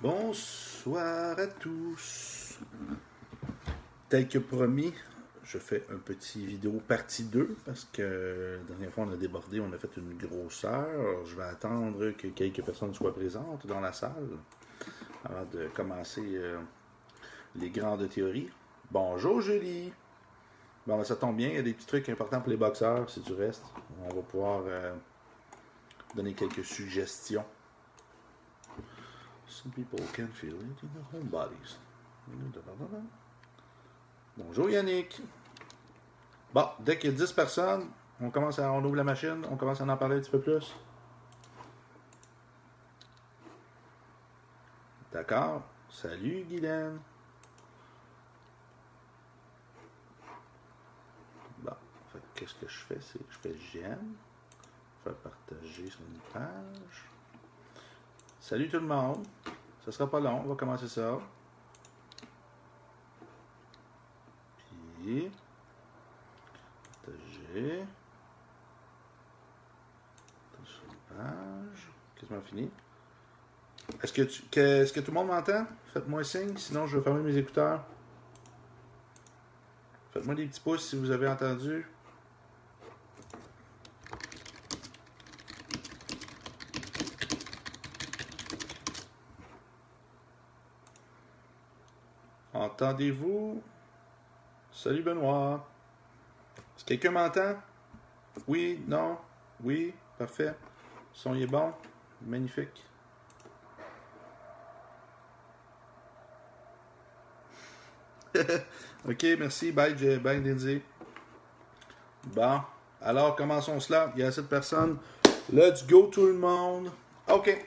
Bonsoir à tous. Tel que promis, je fais un petit vidéo partie 2 parce que la dernière fois on a débordé, on a fait une grosseur. Je vais attendre que quelques personnes soient présentes dans la salle avant de commencer les grandes théories. Bonjour Julie. Bon, ça tombe bien, il y a des petits trucs importants pour les boxeurs si tu restes. On va pouvoir donner quelques suggestions. Some people can feel it in their home bodies. Bonjour Yannick. Bon, dès qu'il y a 10 personnes, on ouvre la machine, on commence à en parler un petit peu plus. D'accord. Salut Guylaine. Bon, qu'est-ce que je fais? Je fais j'aime. Faire partager sur une page. Salut tout le monde. Ça sera pas long, on va commencer ça. Puis, partager. Sur une page. Quasiment fini. Est-ce que tout le monde m'entend? Faites-moi un signe, sinon je vais fermer mes écouteurs. Faites-moi des petits pouces si vous avez entendu. Entendez-vous? Salut Benoît. Est-ce que quelqu'un m'entend? Oui, non, oui, parfait. Le son est bon, magnifique. Ok, merci, bye Lindsay. Bon, alors commençons cela. Il y a assez de personnes. Let's go tout le monde. Ok.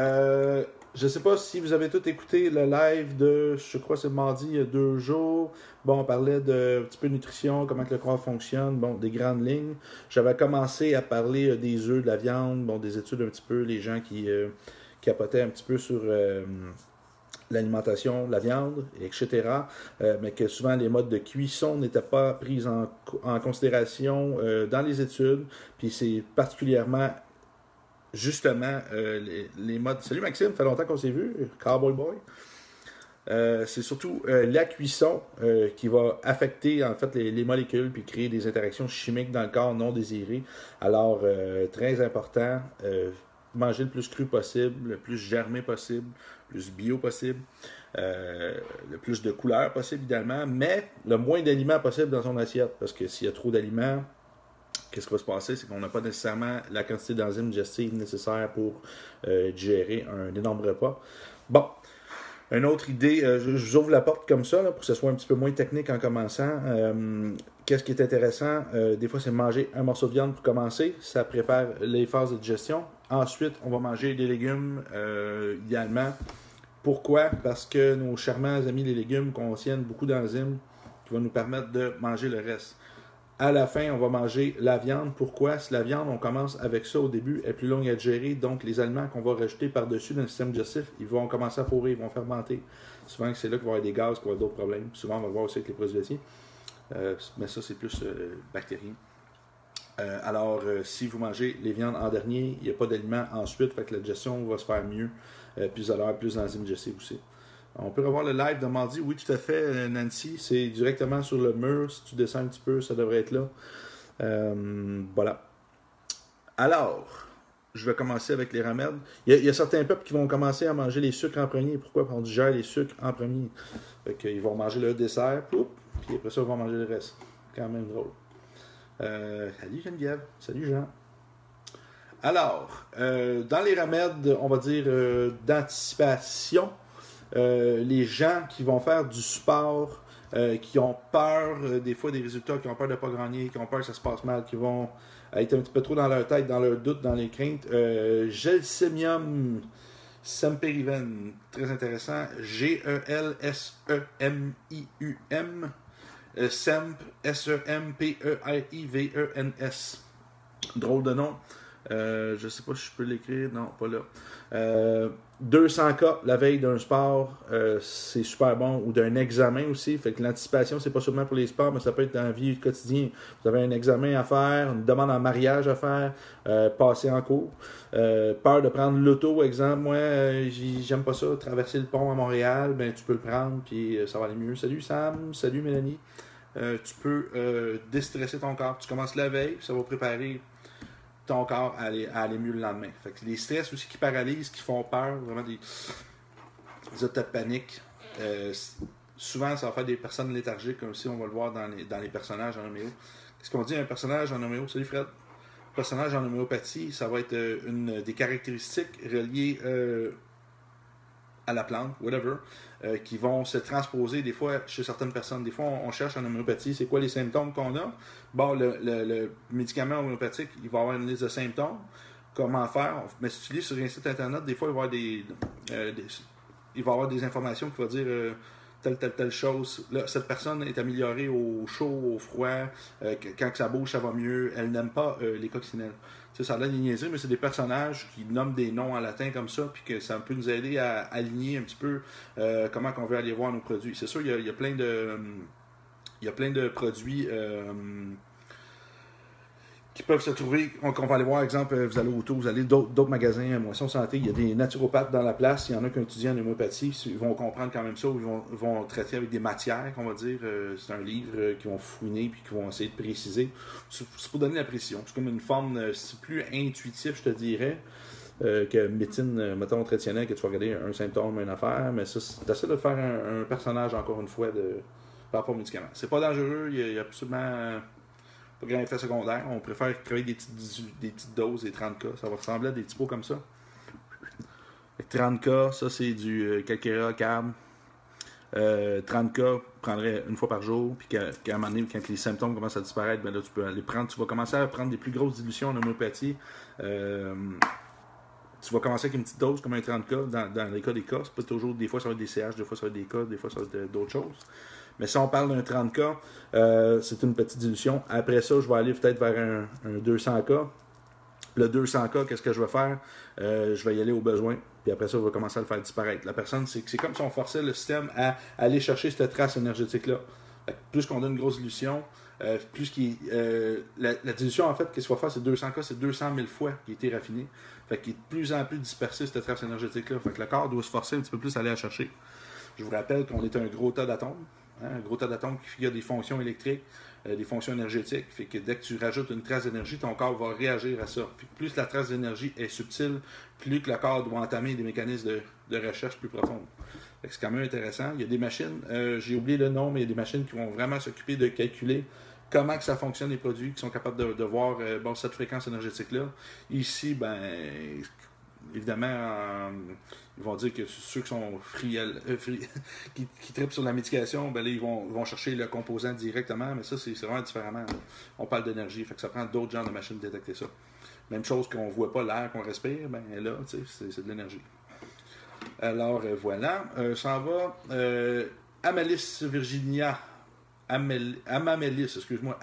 Je ne sais pas si vous avez tous écouté le live de, je crois que c'est mardi, il y a 2 jours. Bon, on parlait de un petit peu de nutrition, comment que le corps fonctionne, bon, des grandes lignes. J'avais commencé à parler des œufs, de la viande, bon, des études un petit peu, les gens qui capotaient un petit peu sur l'alimentation, la viande, etc. Mais que souvent les modes de cuisson n'étaient pas pris en considération dans les études. Puis c'est particulièrement justement les modes. Salut Maxime, ça fait longtemps qu'on s'est vu, Cowboy Boy. C'est surtout la cuisson qui va affecter en fait les molécules puis créer des interactions chimiques dans le corps non désirées. Alors, très important, manger le plus cru possible, le plus germé possible, le plus bio possible, le plus de couleurs possible idéalement, mais le moins d'aliments possible dans son assiette. Parce que s'il y a trop d'aliments, qu'est-ce qui va se passer? C'est qu'on n'a pas nécessairement la quantité d'enzymes digestives nécessaire pour digérer un énorme repas. Bon, une autre idée, je vous ouvre la porte comme ça, là, pour que ce soit un petit peu moins technique en commençant. Qu'est-ce qui est intéressant? Des fois, c'est manger un morceau de viande pour commencer. Ça prépare les phases de digestion. Ensuite, on va manger des légumes, idéalement. Pourquoi? Parce que nos charmants amis les légumes contiennent beaucoup d'enzymes qui vont nous permettre de manger le reste. À la fin, on va manger la viande. Pourquoi? Si la viande, on commence avec ça au début, elle est plus longue à digérer. Donc, les aliments qu'on va rajouter par-dessus dans le système digestif, ils vont commencer à fourrer, ils vont fermenter. Souvent, c'est là qu'il va y avoir des gaz, qu'il va y avoir d'autres problèmes. Souvent, on va le voir aussi avec les produits laitiers. Mais ça, c'est plus bactérien. Alors, si vous mangez les viandes en dernier, il n'y a pas d'aliments ensuite, fait que la digestion va se faire mieux. Plus à l'heure, plus d'enzymes digestives aussi. On peut revoir le live de mardi. Oui, tout à fait, Nancy. C'est directement sur le mur. Si tu descends un petit peu, ça devrait être là. Voilà. Alors, je vais commencer avec les remèdes. Il y a certains peuples qui vont commencer à manger les sucres en premier. Pourquoi? On digère les sucres en premier. Fait qu'ils vont manger le dessert, puis après ça, ils vont manger le reste. Quand même drôle. Salut Geneviève. Salut Jean. Alors, dans les remèdes, on va dire d'anticipation, les gens qui vont faire du sport, qui ont peur des fois des résultats, qui ont peur de ne pas gagner, qui ont peur que ça se passe mal, qui vont être un petit peu trop dans leur tête, dans leur doute, dans les craintes. Gelsemium semperivenne, très intéressant. G-E-L-S-E-M-I-U-M. Semp, S-E-M-P-E-R-I-V-E-N-S. Drôle de nom. Je ne sais pas si je peux l'écrire. Non, pas là. 200K la veille d'un sport, c'est super bon. Ou d'un examen aussi. Fait que l'anticipation, c'est pas seulement pour les sports, mais ça peut être dans la vie quotidienne. Vous avez un examen à faire, une demande en mariage à faire, passer en cours. Peur de prendre l'auto, exemple. Moi, j'aime pas ça. Traverser le pont à Montréal, ben tu peux le prendre, puis ça va aller mieux. Salut Sam, salut Mélanie. Tu peux déstresser ton corps. Tu commences la veille, ça va préparer ton corps à aller mieux le lendemain. Fait que les stress aussi qui paralysent, qui font peur, vraiment des états de panique. Souvent, ça va faire des personnes léthargiques, comme si on va le voir dans les personnages en homéo. Qu'est-ce qu'on dit à un personnage en homéo? Salut Fred. Le personnage en homéopathie, ça va être une des caractéristiques reliées à la plante, whatever, qui vont se transposer des fois chez certaines personnes. Des fois, on cherche en homéopathie, c'est quoi les symptômes qu'on a. Bon, le médicament homéopathique, il va avoir une liste de symptômes. Comment faire? Mais si tu lis sur un site internet, des fois, il va y avoir des informations qui vont dire telle chose. Là, cette personne est améliorée au chaud, au froid. Quand ça bouge, ça va mieux. Elle n'aime pas les coccinelles. Ça a l'air de niaiser, mais c'est des personnages qui nomment des noms en latin comme ça, puis que ça peut nous aider à aligner un petit peu comment on veut aller voir nos produits. C'est sûr, il y a plein de produits qui peuvent se trouver, qu'on va aller voir, exemple, vous allez au vous allez d'autres magasins à Moisson Santé, il y a des naturopathes dans la place, il y en a qui étudient en homéopathie, ils vont comprendre quand même ça, ils vont traiter avec des matières, on va dire, c'est un livre qu'ils vont fouiner puis qu'ils vont essayer de préciser. C'est pour donner la précision, c'est comme une forme, c'est plus intuitif, je te dirais, que médecine, mettons, traditionnelle, que tu vas regarder un symptôme, une affaire, mais ça, c'est assez de faire un personnage, encore une fois, par rapport aux médicaments. C'est pas dangereux, il y a absolument pas grand effet secondaire. On préfère créer des petites doses, des 30K. Ça va ressembler à des petits pots comme ça. 30K, ça c'est du calcaire carb. 30K, prendrais une fois par jour. Puis qu'à un moment donné, quand les symptômes commencent à disparaître, ben là, tu peux aller prendre. Tu vas commencer à prendre des plus grosses dilutions en homéopathie. Tu vas commencer avec une petite dose comme un 30K dans les cas des cas. C'est pas toujours, des fois ça va être des CH, des fois ça va être des cas, des fois ça va être d'autres choses. Mais si on parle d'un 30K, c'est une petite dilution. Après ça, je vais aller peut-être vers un 200K. Le 200K, qu'est-ce que je vais faire? Je vais y aller au besoin. Puis après ça, je vais commencer à le faire disparaître. La personne, c'est comme si on forçait le système à aller chercher cette trace énergétique-là. Plus qu'on donne une grosse dilution, plus la dilution, en fait, qu'est-ce qu'il va faire? C'est 200K, c'est 200 000 fois qui a été raffiné. Fait qu'il est de plus en plus dispersé, cette trace énergétique-là. Fait que le corps doit se forcer un petit peu plus à aller la chercher. Je vous rappelle qu'on est un gros tas d'atomes. Un gros tas d'atomes qui a des fonctions électriques, des fonctions énergétiques. Fait que dès que tu rajoutes une trace d'énergie, ton corps va réagir à ça. Fait que plus la trace d'énergie est subtile, plus que le corps doit entamer des mécanismes de recherche plus profonds. Fait que c'est quand même intéressant. Il y a des machines, j'ai oublié le nom, mais il y a des machines qui vont vraiment s'occuper de calculer comment que ça fonctionne les produits, qui sont capables de voir cette fréquence énergétique-là. Ici, évidemment, ils vont dire que ceux qui sont qui trippent sur la médication, ben là, ils vont chercher le composant directement, mais ça, c'est vraiment différemment. Là. On parle d'énergie, fait que ça prend d'autres genres de machines de détecter ça. Même chose qu'on ne voit pas l'air qu'on respire, ben là, c'est de l'énergie. Alors, voilà. Ça va. Amamelis Virginia. Amamelis, excuse-moi.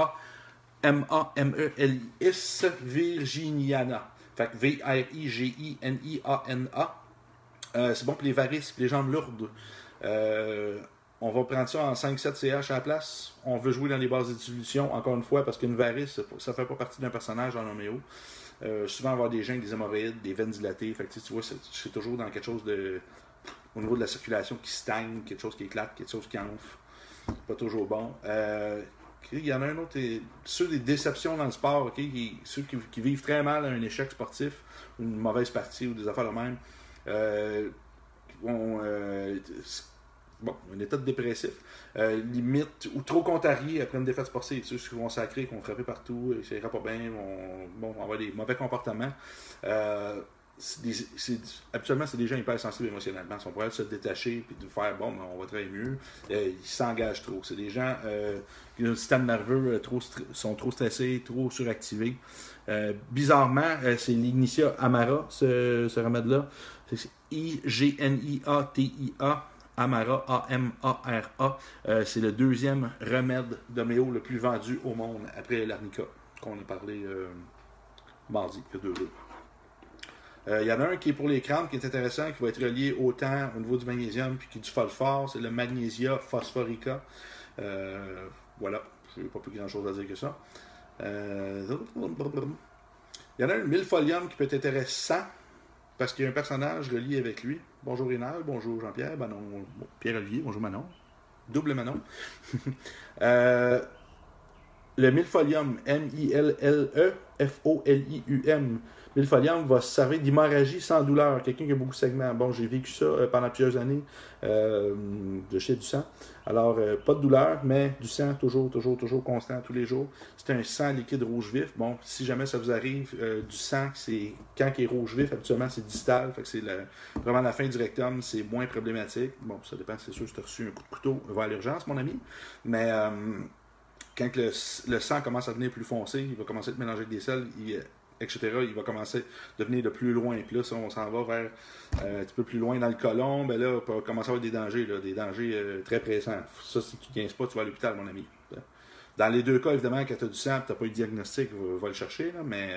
H-A-M-A-M-E-L-I-S Virginiana. Fait que V-R-I-G-I-N-I-A-N-A. C'est bon pour les varices, les jambes lourdes. On va prendre ça en 5-7 CH à la place. On veut jouer dans les bases de dissolution, encore une fois, parce qu'une varice, ça ne fait pas partie d'un personnage en homéo. Souvent, on va avoir des gens avec des hémorroïdes, des veines dilatées. Fait que, tu vois, c'est toujours dans quelque chose de... Au niveau de la circulation qui stagne, quelque chose qui éclate, quelque chose qui enfle. Pas toujours bon. Il y en a un autre, ceux des déceptions dans le sport, okay, ceux qui vivent très mal un échec sportif, une mauvaise partie ou des affaires de même, un état de dépressif, limite, ou trop contrariés après une défaite sportive, ceux qui vont sacrer, qui vont frapper partout, ça ira pas bien, vont avoir des mauvais comportements. Habituellement, c'est des gens hyper sensibles émotionnellement. Ils sont prêts à se détacher et de faire bon, on va travailler mieux. Ils s'engagent trop. C'est des gens qui ont un système nerveux sont trop stressés, trop suractivés. Bizarrement, c'est l'Ignitia Amara, ce remède-là. C'est I-G-N-I-A-T-I-A. Amara, A-M-A-R-A. C'est le deuxième remède d'homéo le plus vendu au monde après l'arnica, qu'on a parlé mardi, il y a 2 jours. Il y en a un qui est pour les crampes, qui est intéressant, qui va être relié autant au niveau du magnésium puis qui est du phosphore, c'est le Magnesia phosphorica. Voilà, je n'ai pas plus grand chose à dire que ça. Il y en a un millefolium qui peut être intéressant parce qu'il y a un personnage relié avec lui. Bonjour Rénal, bonjour Jean-Pierre, Manon, Pierre-Olivier, bonjour Manon. Double Manon. Le millefolium, M-I-L-L-E-F-O-L-I-U-M. Millefolium va se servir d'hémorragie sans douleur. Quelqu'un qui a beaucoup de segments. Bon, j'ai vécu ça pendant plusieurs années de chez du sang. Alors, pas de douleur, mais du sang toujours constant, tous les jours. C'est un sang liquide rouge vif. Bon, si jamais ça vous arrive, du sang, c'est quand il est rouge vif, habituellement, c'est distal. Fait que c'est vraiment la fin du rectum, c'est moins problématique. Bon, ça dépend, c'est sûr, si tu as reçu un coup de couteau, va à l'urgence, mon ami. Mais quand le sang commence à devenir plus foncé, il va commencer à te mélanger avec des sels, etc. Il va commencer à devenir de plus loin. Puis là, si on s'en va vers un petit peu plus loin dans le côlon, ben là, on peut commencer à avoir des dangers très pressants. Ça, si tu ne gagnes pas, tu vas à l'hôpital, mon ami. Dans les deux cas, évidemment, quand tu as du sang et tu n'as pas eu de diagnostic, va le chercher, là, mais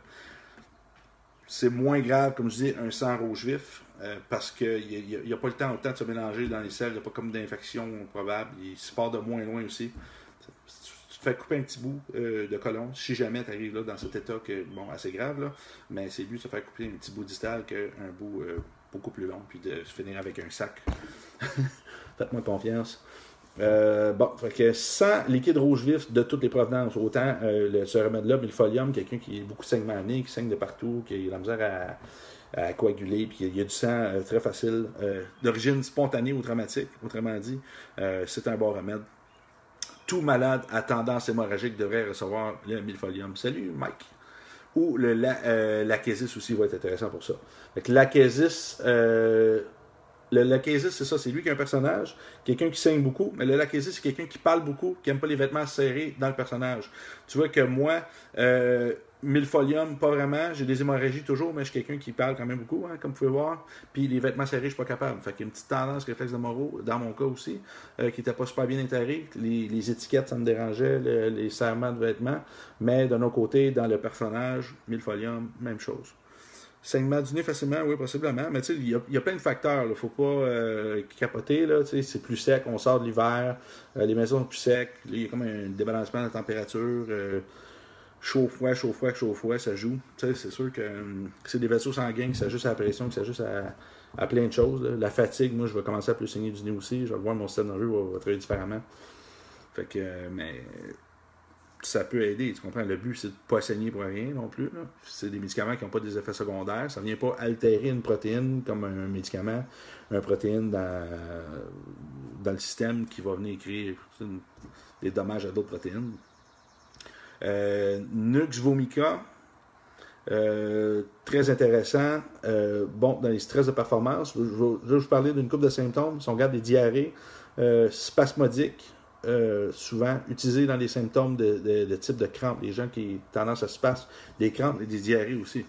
c'est moins grave, comme je dis, un sang rouge vif, parce qu'il n'y a pas le temps autant de se mélanger dans les selles, il n'y a pas comme d'infection probable, il se part de moins loin aussi. Tu te fais couper un petit bout de côlon, si jamais tu arrives là dans cet état que, bon, assez grave, là, mais c'est mieux de se faire couper un petit bout distal qu'un bout beaucoup plus long, puis de se finir avec un sac. Faites-moi confiance. Bon, fait que sans liquide rouge vif de toutes les provenances, autant ce remède-là, millefolium, quelqu'un qui est beaucoup segmenté, qui saigne de partout, qui a la misère à coaguler, puis il y a du sang très facile, d'origine spontanée ou traumatique, autrement dit, c'est un bon remède. Tout malade à tendance hémorragique devrait recevoir le millefolium. Salut Mike! Ou le l'acésis aussi va être intéressant pour ça. Fait que l'acésis, le l'acésis, c'est ça, c'est lui qui est un personnage, quelqu'un qui saigne beaucoup, mais le l'acésis, c'est quelqu'un qui parle beaucoup, qui n'aime pas les vêtements serrés dans le personnage. Tu vois que moi, millefolium, pas vraiment, j'ai des hémorragies toujours, mais je suis quelqu'un qui parle quand même beaucoup, hein, comme vous pouvez voir, puis les vêtements serrés, je suis pas capable. Fait qu'il y a une petite tendance réflexe de Moreau, dans mon cas aussi, qui n'était pas super bien intégrée. Les étiquettes, ça me dérangeait, les serrements de vêtements, mais d'un autre côté, dans le personnage, millefolium, même chose. Saignement du nez facilement, oui, possiblement. Mais tu sais, il y a plein de facteurs. Il ne faut pas capoter. Là, c'est plus sec, on sort de l'hiver, les maisons sont plus secs. Il y a comme un débalancement de la température. Chaud-froid, ça joue. Tu sais, c'est sûr que c'est des vaisseaux sanguins qui s'ajustent à la pression, qui s'ajustent à plein de choses. Là. La fatigue, moi, je vais commencer à plus saigner du nez aussi. Je vais voir mon système nerveux va travailler différemment. Fait que, mais ça peut aider, tu comprends? Le but, c'est de ne pas saigner pour rien non plus. Là. C'est des médicaments qui n'ont pas des effets secondaires. Ça ne vient pas altérer une protéine comme un médicament, une protéine dans le système qui va venir créer des dommages à d'autres protéines. Nux vomica, très intéressant. Bon, dans les stress de performance, je vais vous parler d'une couple de symptômes. Si on regarde des diarrhées spasmodiques, souvent utilisé dans les symptômes de type de crampes, les gens qui ont tendance à se passer, des crampes et des diarrhées aussi.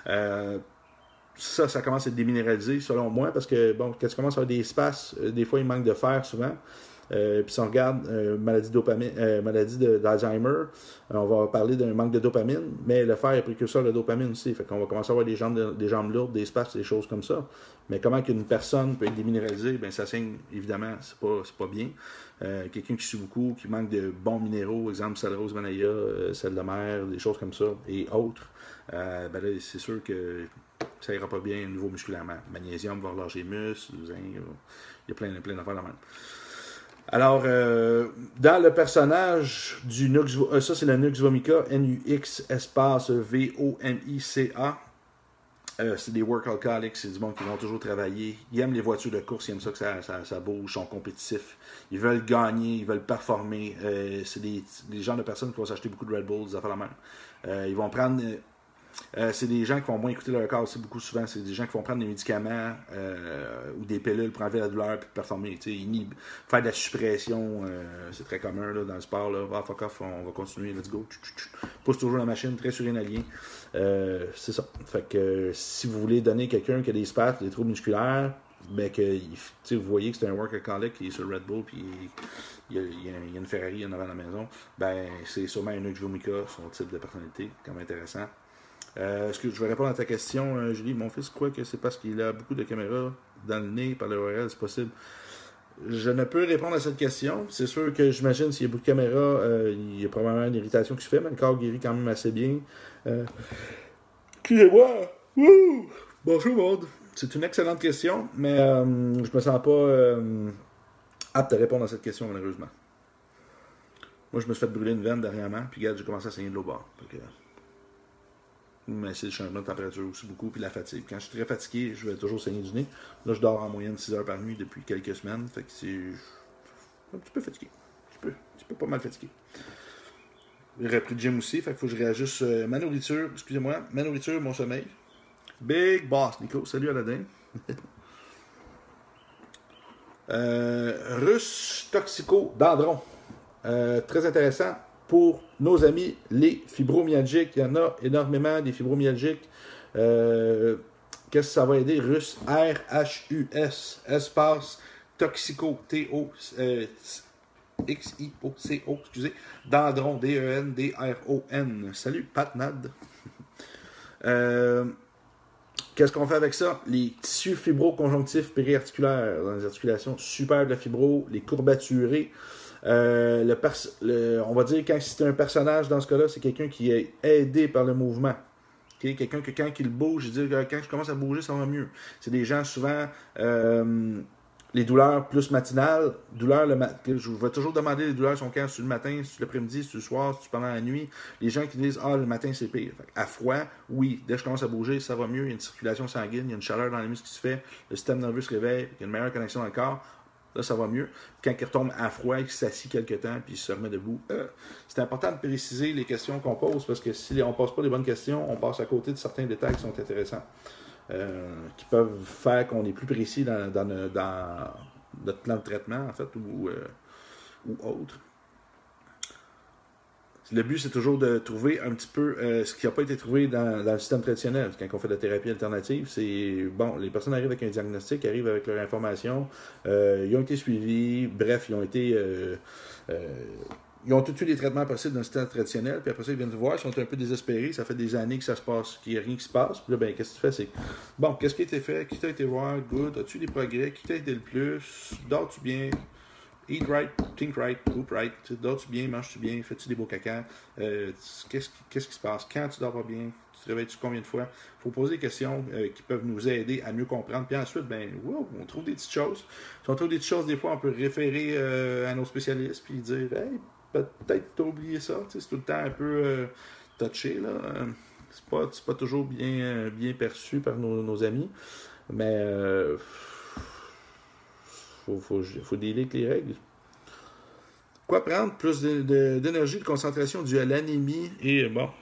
Ça commence à être déminéralisé selon moi parce que bon, quand tu commences à avoir des spasmes, des fois il manque de fer souvent. Puis si on regarde maladie d'Alzheimer, on va parler d'un manque de dopamine, mais le fer est précurseur de dopamine aussi. Fait qu'on va commencer à avoir des jambes lourdes, des spasmes, des choses comme ça. Mais comment qu'une personne peut être déminéralisée, ben ça saigne, évidemment, c'est pas bien. Quelqu'un qui sue beaucoup, qui manque de bons minéraux, exemple sel rose manaya, sel de mer, des choses comme ça, et autres, ben là, c'est sûr que ça ira pas bien au niveau musculairement. Magnésium va relâcher les muscles, il y a plein d'affaires là même. Alors, dans le personnage du Nux, ça c'est le Nux vomica, N-U-X espace V-O-M-I-C-A. C'est des work alcoholics, c'est du monde qui vont toujours travailler. Ils aiment les voitures de course, ils aiment ça que ça bouge, ils sont compétitifs. Ils veulent gagner, ils veulent performer. C'est des genres de personnes qui vont s'acheter beaucoup de Red Bull, des affaires la même. Ils vont prendre... c'est des gens qui vont moins écouter leur corps aussi beaucoup souvent. C'est des gens qui vont prendre des médicaments ou des pilules pour enlever la douleur et performer. Faire de la suppression, c'est très commun là, dans le sport. Là. Ah, fuck off, on va continuer, let's go. Pousse toujours la machine, très surénalien. C'est ça. Fait que si vous voulez donner quelqu'un qui a des spasmes, des troubles musculaires, ben que vous voyez que c'est un workaholic qui est sur Red Bull puis il y a une Ferrari en avant de la maison, ben c'est sûrement un Nux vomica, son type de personnalité, comme intéressant. Est-ce que je vais répondre à ta question, Julie? Mon fils croit que c'est parce qu'il a beaucoup de caméras dans le nez par le ORL, c'est possible. Je ne peux répondre à cette question. C'est sûr que j'imagine s'il y a beaucoup de caméras, il y a probablement une irritation qui se fait, mais le corps guérit quand même assez bien. Excusez-moi! Wouh! Bonjour, Maud. C'est une excellente question, mais je me sens pas apte à répondre à cette question, malheureusement. Moi, je me suis fait brûler une veine dernièrement, puis regarde, j'ai commencé à saigner de l'eau bord. Mais c'est le changement de température aussi beaucoup, puis la fatigue. Quand je suis très fatigué, je vais toujours saigner du nez. Là, je dors en moyenne 6 heures par nuit depuis quelques semaines, fait que c'est un petit peu fatigué. Un petit peu pas mal fatigué. J'ai repris le gym aussi, fait qu'il faut que je réajuste ma nourriture, excusez-moi, ma nourriture, mon sommeil. Big boss, Nico. Salut Aladin. Russe Toxico Dendron. Très intéressant pour nos amis les fibromyalgiques. Il y en a énormément des fibromyalgiques. Qu'est-ce que ça va aider? Russe R-H-U-S espace Toxico T-O-X-I-O-C-O, excusez. Dendron D-E-N-D-R-O-N. Salut Pat Nad. Qu'est-ce qu'on fait avec ça? Les tissus fibroconjonctifs périarticulaires dans les articulations, super de la fibro, les courbaturés. On va dire quand c'est un personnage dans ce cas-là, c'est quelqu'un qui est aidé par le mouvement. Okay? Quelqu'un que quand il bouge, je dis quand je commence à bouger, ça va mieux. C'est des gens souvent les douleurs plus matinales, je vais toujours demander les douleurs sont quand c'est le matin, c'est l'après-midi, c'est le soir, c'est pendant la nuit. Les gens qui disent le matin c'est pire. À froid, oui, dès que je commence à bouger, ça va mieux, il y a une circulation sanguine, il y a une chaleur dans les muscles qui se fait, le système nerveux se réveille, il y a une meilleure connexion dans le corps. Là, ça va mieux. Quand il retombe à froid, il s'assit quelques temps, puis il se remet debout. C'est important de préciser les questions qu'on pose, parce que si on ne pose pas les bonnes questions, on passe à côté de certains détails qui sont intéressants. Qui peuvent faire qu'on est plus précis dans notre plan de traitement, en fait, ou autre. Le but, c'est toujours de trouver un petit peu ce qui n'a pas été trouvé dans le système traditionnel. Quand on fait de la thérapie alternative, c'est bon, les personnes arrivent avec un diagnostic, arrivent avec leur information, ils ont été suivis, bref, ils ont tous les traitements possibles dans le système traditionnel, puis après ça, ils viennent te voir, ils sont un peu désespérés, ça fait des années que ça se passe, qu'il n'y a rien qui se passe, puis là, ben, qu'est-ce que tu fais, c'est, bon, qu'est-ce qui a été fait, qui t'a été voir, good, as-tu des progrès, qui t'a aidé le plus, dors-tu bien, eat right, think right, poop right, dors-tu bien, manges-tu bien, fais-tu des beaux caca, qu'est-ce qui se passe, quand tu dors pas bien, tu te réveilles-tu combien de fois, il faut poser des questions qui peuvent nous aider à mieux comprendre, puis ensuite, ben, wow, on trouve des petites choses, si on trouve des petites choses, des fois, on peut référer à nos spécialistes, puis dire, hey, peut-être t'as oublié ça, c'est tout le temps un peu touché, là. C'est pas toujours bien perçu par nos amis, mais faut dealer avec les règles. Quoi prendre? Plus d'énergie, de concentration due à l'anémie et bon,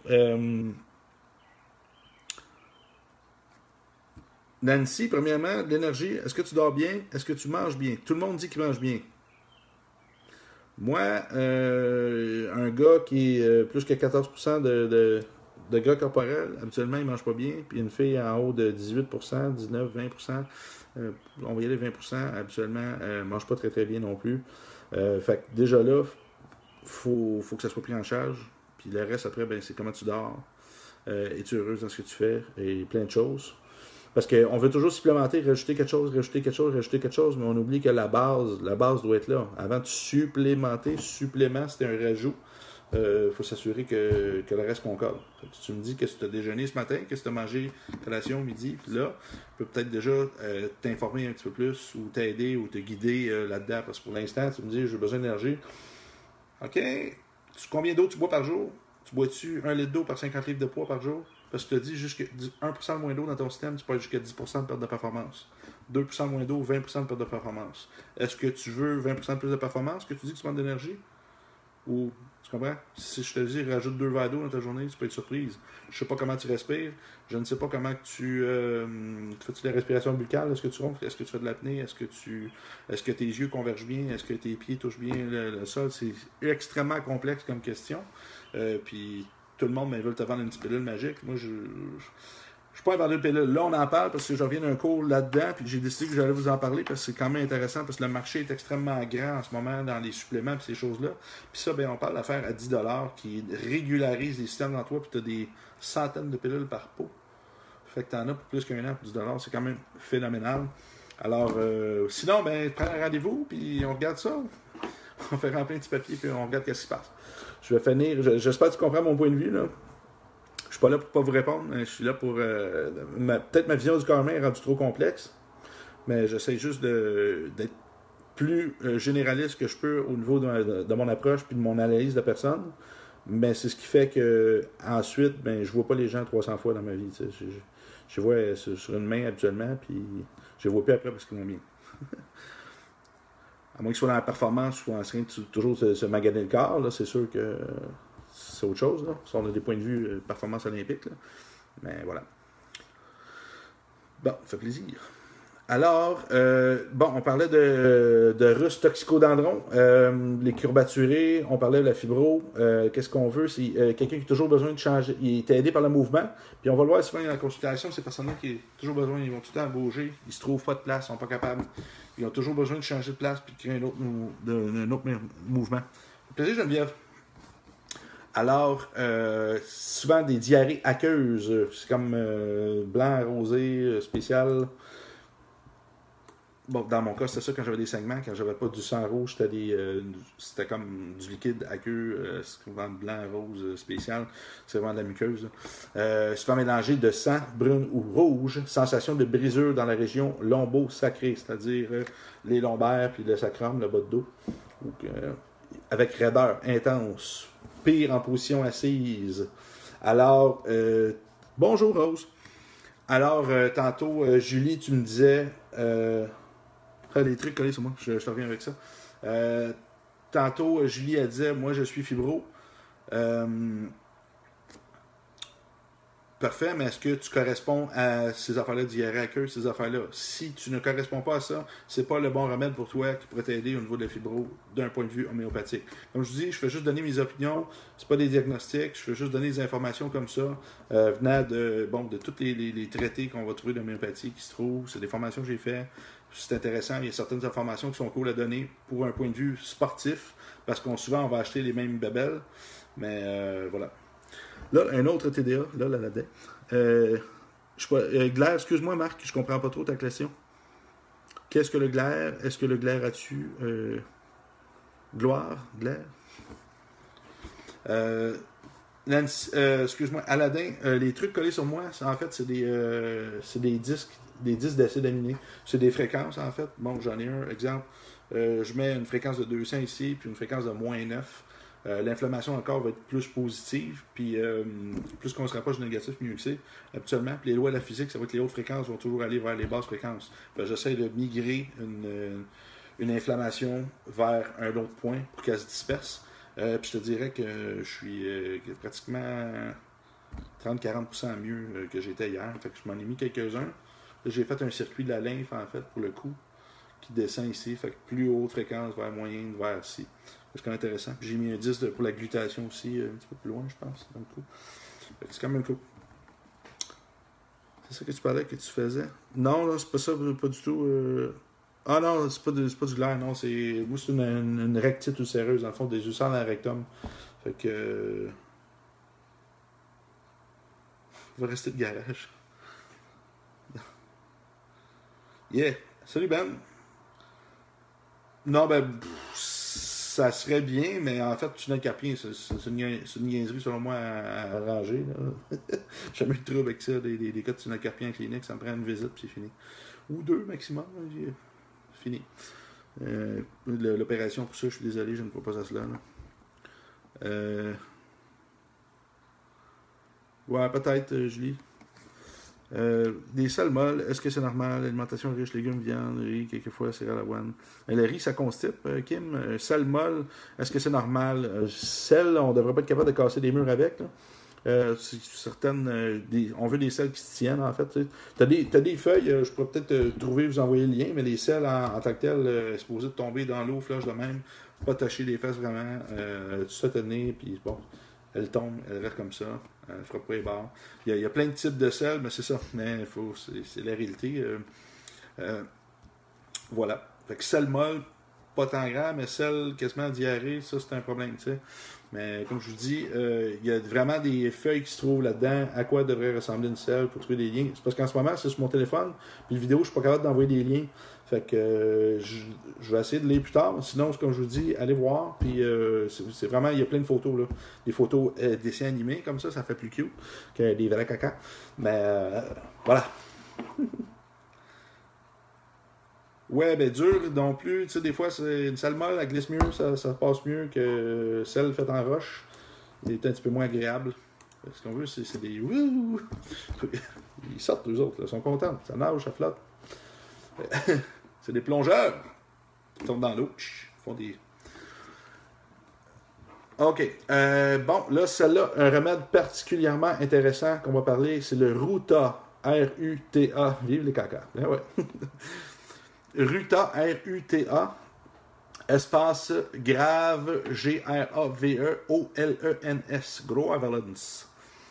Nancy, premièrement, de l'énergie, est-ce que tu dors bien? Est-ce que tu manges bien? Tout le monde dit qu'il mange bien. Moi, un gars qui est plus que 14% de gras corporel, habituellement, il ne mange pas bien. Puis une fille en haut de 18%, 19, 20%, on va y aller 20%, habituellement, ne mange pas très très bien non plus. Fait que déjà là, faut que ça soit pris en charge. Puis le reste, après, ben, c'est comment tu dors. Es-tu heureuse dans ce que tu fais? Et plein de choses. Parce qu'on veut toujours supplémenter, rajouter quelque chose, mais on oublie que la base doit être là. Avant de supplémenter, supplément, c'est un rajout. Faut s'assurer que le reste concorde. Tu me dis que tu as déjeuné ce matin, que tu as mangé collation midi, puis là, je peux peut-être déjà t'informer un petit peu plus, ou t'aider, ou te guider là-dedans, parce que pour l'instant, tu me dis, j'ai besoin d'énergie. OK, combien d'eau tu bois par jour? Tu bois-tu 1 litre d'eau par 50 livres de poids par jour? Parce que tu te dis jusqu'à 1% de moins d'eau dans ton système, tu peux aller jusqu'à 10% de perte de performance. 2% de moins d'eau, 20% de perte de performance. Est-ce que tu veux 20% de plus de performance que tu dis que tu manques d'énergie? Ou, tu comprends? Si je te dis, rajoute 2 verres d'eau dans ta journée, tu peux être surprise. Je ne sais pas comment tu respires. Je ne sais pas comment tu fais-tu la respiration buccale? Est-ce que tu ronfles? Est-ce que tu fais de l'apnée? Est-ce que tes yeux convergent bien? Est-ce que tes pieds touchent bien le sol? C'est extrêmement complexe comme question. Puis tout le monde veut te vendre une petite pilule magique. Moi, Je suis pas un vendeur de pilules. Là, on en parle parce que je reviens d'un cours là-dedans, puis j'ai décidé que j'allais vous en parler parce que c'est quand même intéressant parce que le marché est extrêmement grand en ce moment dans les suppléments et ces choses-là. Puis ça, ben, on parle d'affaires à 10$ qui régularise les systèmes d'emploi, puis tu as des centaines de pilules par pot. Fait que tu en as pour plus qu'un an pour 10$. C'est quand même phénoménal. Alors, sinon, ben, prends un rendez-vous, puis on regarde ça. On fait remplir un petit papier, puis on regarde ce qui se passe. Je vais finir. J'espère que tu comprends mon point de vue, là. Je suis pas là pour pas vous répondre. Je suis là pour... peut-être ma vision du Carmin est rendue trop complexe, mais j'essaie juste d'être plus généraliste que je peux au niveau de mon approche puis de mon analyse de la personne. Mais c'est ce qui fait que ensuite, ben, je vois pas les gens 300 fois dans ma vie. Je les vois sur une main habituellement, puis je les vois plus après parce qu'ils m'ont bien. À moins qu'ils soient dans la performance ou en train de toujours se maganer le corps, là, c'est sûr que c'est autre chose. Là. Si on a des points de vue performance olympique. Là. Mais voilà. Bon, ça fait plaisir. Alors, on parlait de Russes toxicodendrons, les courbaturés, on parlait de la fibro. Qu'est-ce qu'on veut? C'est quelqu'un qui a toujours besoin de changer. Il est aidé par le mouvement. Puis on va le voir souvent dans la consultation, ces personnes-là qui ont toujours besoin, ils vont tout le temps bouger, ils se trouvent pas de place, ils sont pas capables. Ils ont toujours besoin de changer de place puis de créer un autre mouvement. Plaisir, Geneviève. Alors, souvent des diarrhées aqueuses, c'est comme blanc, rosé, spécial. Bon, dans mon cas, c'était ça quand j'avais des saignements. Quand j'avais pas du sang rouge, c'était comme du liquide aqueux, souvent blanc, rose, spécial. C'est vraiment de la muqueuse. Souvent mélangé de sang, brune ou rouge. Sensation de brisure dans la région lombo-sacrée, c'est-à-dire les lombaires puis le sacrum, le bas de dos. Avec raideur intense. Pire en position assise. Alors, bonjour Rose. Alors, tantôt, Julie, tu me disais... les trucs collés sur moi, je te reviens avec ça. Tantôt, Julie, elle disait, moi, je suis fibro. Parfait, mais est-ce que tu corresponds à ces affaires-là, diarrhée à queue, ces affaires-là? Si tu ne corresponds pas à ça, c'est pas le bon remède pour toi qui pourrait t'aider au niveau de la fibro d'un point de vue homéopathique. Comme je dis, je fais juste donner mes opinions, c'est pas des diagnostics, je fais juste donner des informations comme ça, venant de tous les traités qu'on va trouver d'homéopathie qui se trouvent, c'est des formations que j'ai faites. C'est intéressant, il y a certaines informations qui sont cool à donner pour un point de vue sportif, parce qu'on souvent on va acheter les mêmes babelles, mais voilà. Là, un autre TDA, là-dedans. Glaire, excuse-moi Marc, je comprends pas trop ta question. Qu'est-ce que le glaire? Est-ce que le glaire a-tu gloire, glaire? Excuse-moi, Aladdin, les trucs collés sur moi, en fait, c'est des disques d'acide aminé. C'est des fréquences, en fait. Bon, j'en ai un, exemple. Je mets une fréquence de 200 ici, puis une fréquence de moins 9. L'inflammation encore va être plus positive, puis plus qu'on se rapproche du négatif, mieux que c'est, habituellement. Puis les lois de la physique, ça va être que les hautes fréquences vont toujours aller vers les basses fréquences. J'essaie de migrer une inflammation vers un autre point pour qu'elle se disperse. Puis je te dirais que je suis pratiquement 30-40% mieux que j'étais hier. Fait que je m'en ai mis quelques-uns. J'ai fait un circuit de la lymphe, en fait, pour le coup, qui descend ici. Fait que plus haute fréquence vers moyenne, vers ici. C'est quand même intéressant. Puis j'ai mis un 10 pour la glutation aussi, un petit peu plus loin, je pense. Dans le coup. C'est quand même cool. C'est ça que tu parlais, que tu faisais? Non, là, c'est pas ça, pas du tout. Ah non, c'est pas du glaire, non. Moi, c'est une rectite ulcéreuse, dans le fond, des ulcères dans le rectum. Fait que... on va rester de garage. Yeah! Salut Ben! Non, ben... ça serait bien, mais en fait, tunnel carpien, c'est une niaiserie selon moi à arranger. J'ai jamais eu de trouble avec ça, des cas de tunnel carpien en clinique, ça me prend une visite puis c'est fini. Ou 2 maximum, c'est fini. L'opération pour ça, je suis désolé, je ne crois pas à cela. Ouais, peut-être, Julie. Des sels molles, est-ce que c'est normal? Alimentation riche, légumes, viande, riz, quelquefois céréales d'avoine. Le riz, ça constipe, Kim. Sel molle, est-ce que c'est normal? Sel, on devrait pas être capable de casser des murs avec. Certaines, on veut des sels qui se tiennent, en fait. Tu as des feuilles, je pourrais peut-être trouver, vous envoyer le lien, mais les sels en tant que tel, supposés de tomber dans l'eau, flush de même, pas tacher les fesses vraiment, tout ça tenir, puis bon. elle tombe, elle reste comme ça, elle ne fera pas les barres. Il y a plein de types de sel, mais c'est ça, mais c'est la réalité. Voilà. Fait que sel molle, pas tant grave, mais sel quasiment diarrhée, ça c'est un problème, tu sais. Mais comme je vous dis, il y a vraiment des feuilles qui se trouvent là-dedans. À quoi devrait ressembler une selle pour trouver des liens? C'est parce qu'en ce moment, c'est sur mon téléphone. Puis la vidéo, je suis pas capable d'envoyer des liens. Fait que je vais essayer de lire plus tard. Sinon, comme je vous dis, allez voir. Puis c'est vraiment, il y a plein de photos là. Des photos dessins animés comme ça fait plus cute que des vrais caca. Mais voilà. Ouais, ben dur non plus. Tu sais, des fois, c'est une salle molle, elle glisse mieux, ça passe mieux que celle faite en roche. Il est un petit peu moins agréable. Ce qu'on veut, c'est des wouh! Ils sortent, eux autres, là, ils sont contents. Ça nage, ça flotte. C'est des plongeurs qui tombent dans l'eau. Ils font des. OK. Bon, là, celle-là, un remède particulièrement intéressant qu'on va parler, c'est le Ruta. R-U-T-A. Vive les caca. Ben ouais. Ruta, R-U-T-A, espace grave, G-R-A-V-E-O-L-E-N-S, gros Avalance.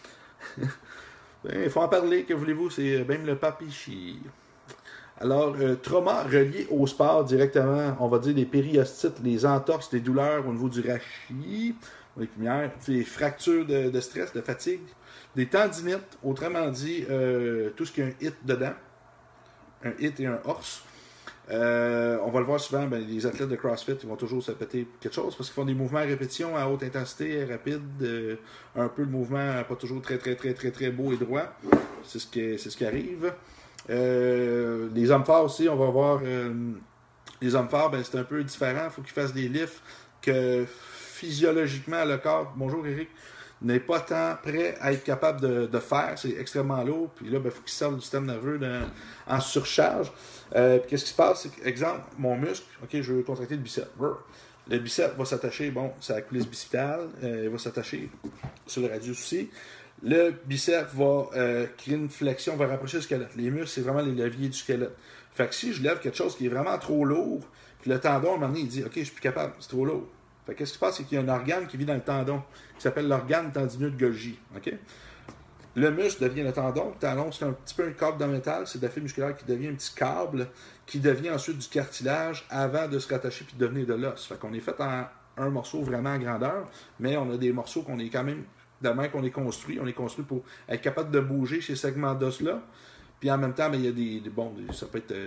Il faut en parler, que voulez-vous, c'est même le papichi. Alors, trauma relié au sport directement, on va dire les périostites, les entorses, les douleurs au niveau du rachis, les lumières, les fractures de stress, de fatigue, des tendinites, autrement dit, tout ce qui a un hit dedans, un hit et un horse. On va le voir souvent, ben, les athlètes de CrossFit ils vont toujours se péter quelque chose parce qu'ils font des mouvements à répétition à haute intensité, rapide, un peu le mouvement pas toujours très beau et droit. C'est ce qui arrive. Les hommes forts aussi, on va voir les hommes forts, ben, c'est un peu différent. Il faut qu'ils fassent des lifts que physiologiquement le corps, bonjour Eric, n'est pas tant prêt à être capable de faire. C'est extrêmement lourd. Puis là, il faut qu'il serve du système nerveux en surcharge. Qu'est-ce qui se passe? C'est exemple, mon muscle, OK, je veux contracter le biceps. Le biceps va s'attacher, bon, c'est la coulisse bicipitale. Il va s'attacher sur le radius aussi. Le biceps va créer une flexion, va rapprocher le squelette. Les muscles, c'est vraiment les leviers du squelette. Fait que si je lève quelque chose qui est vraiment trop lourd, puis le tendon, à un moment donné, il dit, OK, je suis plus capable, c'est trop lourd. Fait qu'est-ce qui se passe? C'est qu'il y a un organe qui vit dans le tendon, qui s'appelle l'organe tendineux de Golgi. Okay? Le muscle devient le tendon. Le tendon, c'est un petit peu un câble de métal. C'est de la fibre musculaire qui devient un petit câble, qui devient ensuite du cartilage avant de se rattacher puis de devenir de l'os. Fait qu'on est fait en un morceau vraiment en grandeur, mais on a des morceaux qu'on est quand même, de même qu'on est construit. On est construit pour être capable de bouger ces segments d'os-là. Puis en même temps, il y a ça peut être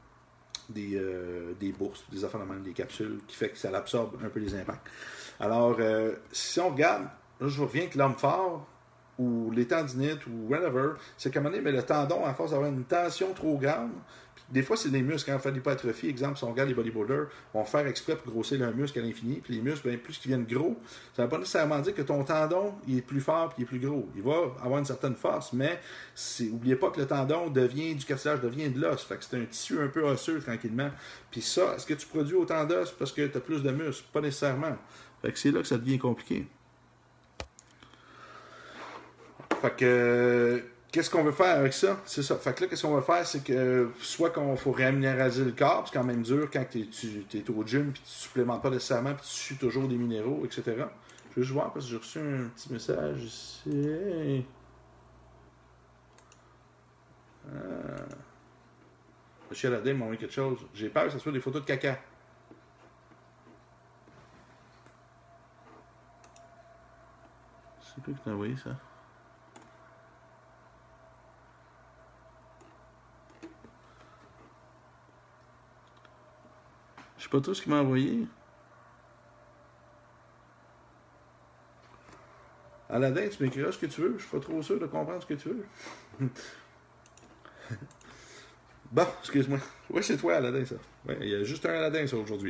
des bourses, des affaires de même, des capsules, qui fait que ça absorbe un peu les impacts. Alors, si on regarde, là, je reviens que l'homme fort, ou les tendinites, ou whatever, c'est qu'à un moment donné, mais le tendon, à force d'avoir une tension trop grande, des fois, c'est des muscles. Quand on fait de l'hypertrophie, exemple, si on regarde les bodybuilders, vont faire exprès pour grossir leur muscle à l'infini, puis les muscles, bien, plus qu'ils viennent gros, ça ne veut pas nécessairement dire que ton tendon, il est plus fort, puis il est plus gros. Il va avoir une certaine force, mais n'oubliez pas que le tendon devient du cartilage, devient de l'os. Fait que c'est un tissu un peu osseux, tranquillement. Puis ça, est-ce que tu produis autant d'os parce que tu as plus de muscles? Pas nécessairement. Fait que c'est là que ça devient compliqué. Fait que, qu'est-ce qu'on veut faire avec ça? C'est ça. Fait que là, qu'est-ce qu'on va faire? C'est que soit qu'on faut réminéraliser le corps, c'est quand même dur quand tu es au gym, puis tu supplémentes pas nécessairement, puis tu suis toujours des minéraux, etc. Je vais juste voir parce que j'ai reçu un petit message ici. Monsieur Aladin m'a envoyé quelque chose. J'ai peur que ce soit des photos de caca. C'est quoi qui t'a envoyé ça? Je sais pas tout ce qu'il m'a envoyé. Aladin, tu m'écriras ce que tu veux. Je suis pas trop sûr de comprendre ce que tu veux. Bon, excuse-moi. Oui, c'est toi, Aladin, ça. Ouais, il y a juste un Aladin, ça, aujourd'hui.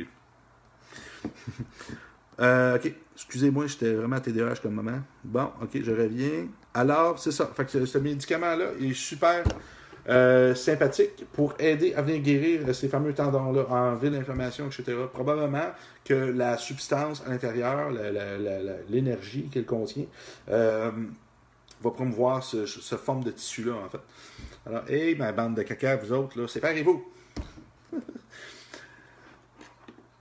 OK. Excusez-moi, j'étais vraiment TDAH comme moment. Bon, OK, je reviens. Alors, c'est ça. Fait que ce médicament-là est super sympathique pour aider à venir guérir ces fameux tendons-là en ville d'inflammation, etc. Probablement que la substance à l'intérieur, l'énergie qu'elle contient, va promouvoir ce forme de tissu-là, en fait. Alors, hey, ma bande de caca, vous autres, là, séparez-vous!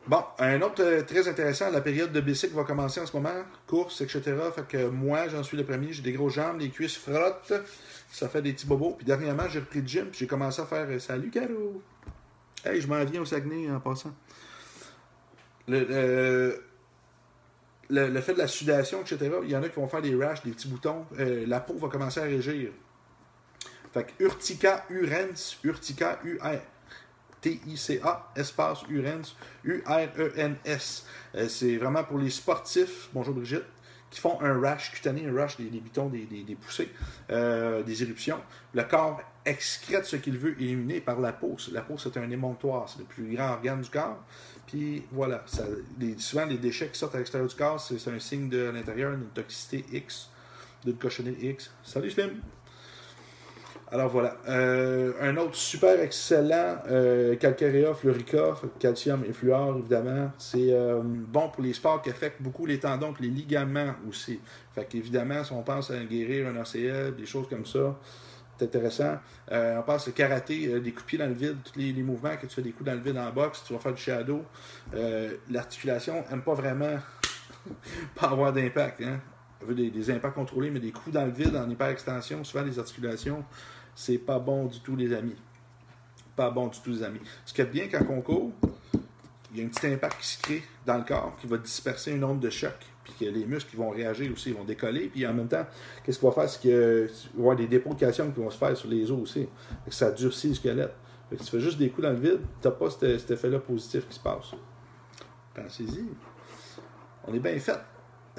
Bon, un autre très intéressant, la période de bicycle va commencer en ce moment, course, etc. Fait que moi, j'en suis le premier, j'ai des grosses jambes, les cuisses frottent, ça fait des petits bobos. Puis dernièrement, j'ai repris le gym, puis j'ai commencé à faire Salut Caro! Hey, je m'en viens au Saguenay en passant. Le, euh, le fait de la sudation, etc., il y en a qui vont faire des rashes, des petits boutons. La peau va commencer à régir. Fait que Urtica urens, Urtica UR. Tica, espace Urens, Urens. C'est vraiment pour les sportifs, bonjour Brigitte, qui font un rash cutané, un rash des boutons, des poussées, des éruptions. Le corps excrète ce qu'il veut éliminer par la peau. La peau, c'est un émonctoire, c'est le plus grand organe du corps. Puis voilà, souvent les déchets qui sortent à l'extérieur du corps, c'est un signe de à l'intérieur d'une toxicité X, d'une cochonnerie X. Salut Slim! Alors voilà. Un autre super excellent, Calcarea fluorica, calcium et fluor évidemment. C'est bon pour les sports qui affectent beaucoup les tendons et les ligaments aussi. Fait qu'évidemment, si on pense à guérir un ACL, des choses comme ça, c'est intéressant. On pense au karaté, des coups de pied dans le vide, tous les mouvements que tu fais des coups dans le vide en boxe, tu vas faire du shadow. L'articulation n'aime pas vraiment pas avoir d'impact. Hein? On veut des impacts contrôlés, mais des coups dans le vide en hyper-extension, souvent les articulations, c'est pas bon du tout, les amis. Pas bon du tout, les amis. Ce qui est bien quand on court, il y a un petit impact qui se crée dans le corps qui va disperser une onde de choc, puis que les muscles vont réagir aussi, ils vont décoller, puis en même temps, qu'est-ce qu'il va faire? C'est qu'il va y avoir des dépôts de calcium qui vont se faire sur les os aussi. Fait que ça durcit le squelette. Fait que tu fais juste des coups dans le vide, tu n'as pas cet effet-là positif qui se passe. Pensez-y. On est bien fait.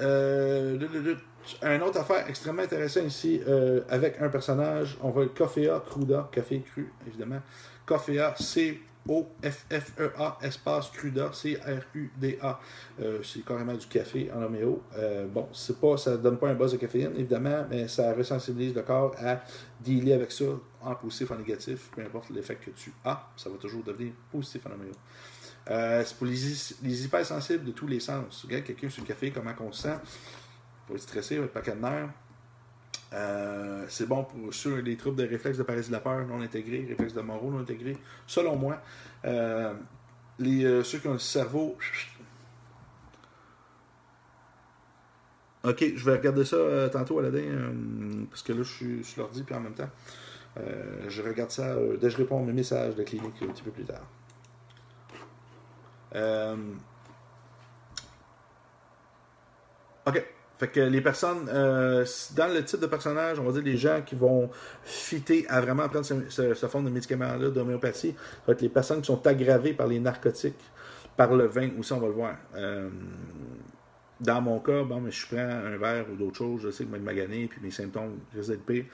Une autre affaire extrêmement intéressante ici, avec un personnage, on va le Coffea Cruda, café cru, évidemment. Coffea, C-O-F-F-E-A, espace Cruda, C-R-U-D-A. C'est carrément du café en homéo. Bon, ça ne donne pas un buzz de caféine, évidemment, mais ça ressensibilise le corps à dealer avec ça, en positif, en négatif, peu importe l'effet que tu as, ça va toujours devenir positif en homéo. C'est pour les hypersensibles de tous les sens. Regarde quelqu'un sur le café, comment on se sent. Pour être stressé, avec paquet de nerfs. C'est bon pour ceux les troubles de réflexe de paralysie de la peur non intégrés, réflexe de Monro non intégrés, selon moi. Ceux qui ont le cerveau. Ok, je vais regarder ça tantôt, Aladin, parce que là, je suis sur l'ordi, puis en même temps, je regarde ça dès que je réponds à mes messages de clinique un petit peu plus tard. Ok. Fait que les personnes, dans le type de personnage, on va dire les gens qui vont fitter à vraiment prendre ce forme de médicament-là, d'homéopathie, ça va être les personnes qui sont aggravées par les narcotiques, par le vin aussi, on va le voir. Dans mon cas, bon, mais je prends un verre ou d'autres choses, je sais que je vais être magané, puis mes symptômes risquent d'être pires.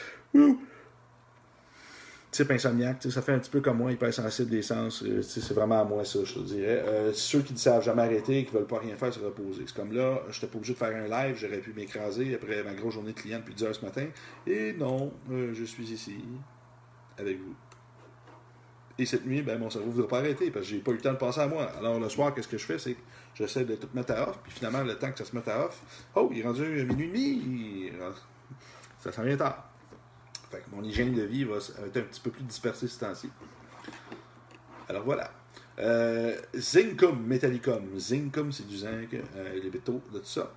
Type insomniaque, ça fait un petit peu comme moi, hypersensible des sens. C'est vraiment à moi ça, je te dirais. Ceux qui ne savent jamais arrêter et qui ne veulent pas rien faire, se reposer. C'est comme là, je n'étais pas obligé de faire un live, j'aurais pu m'écraser après ma grosse journée de client depuis 10 heures ce matin. Et non, je suis ici avec vous. Et cette nuit, ben, mon cerveau ne voudrait pas arrêter parce que j'ai pas eu le temps de penser à moi. Alors le soir, qu'est-ce que je fais? C'est que j'essaie de tout mettre à off, puis finalement, le temps que ça se mette à off, oh, il est rendu minuit et demi, ça s'en vient tard. Fait que mon hygiène de vie va être un petit peu plus dispersée ce temps-ci. Alors voilà. Zincum Metallicum. Zincum, c'est du zinc, les métaux, de tout ça.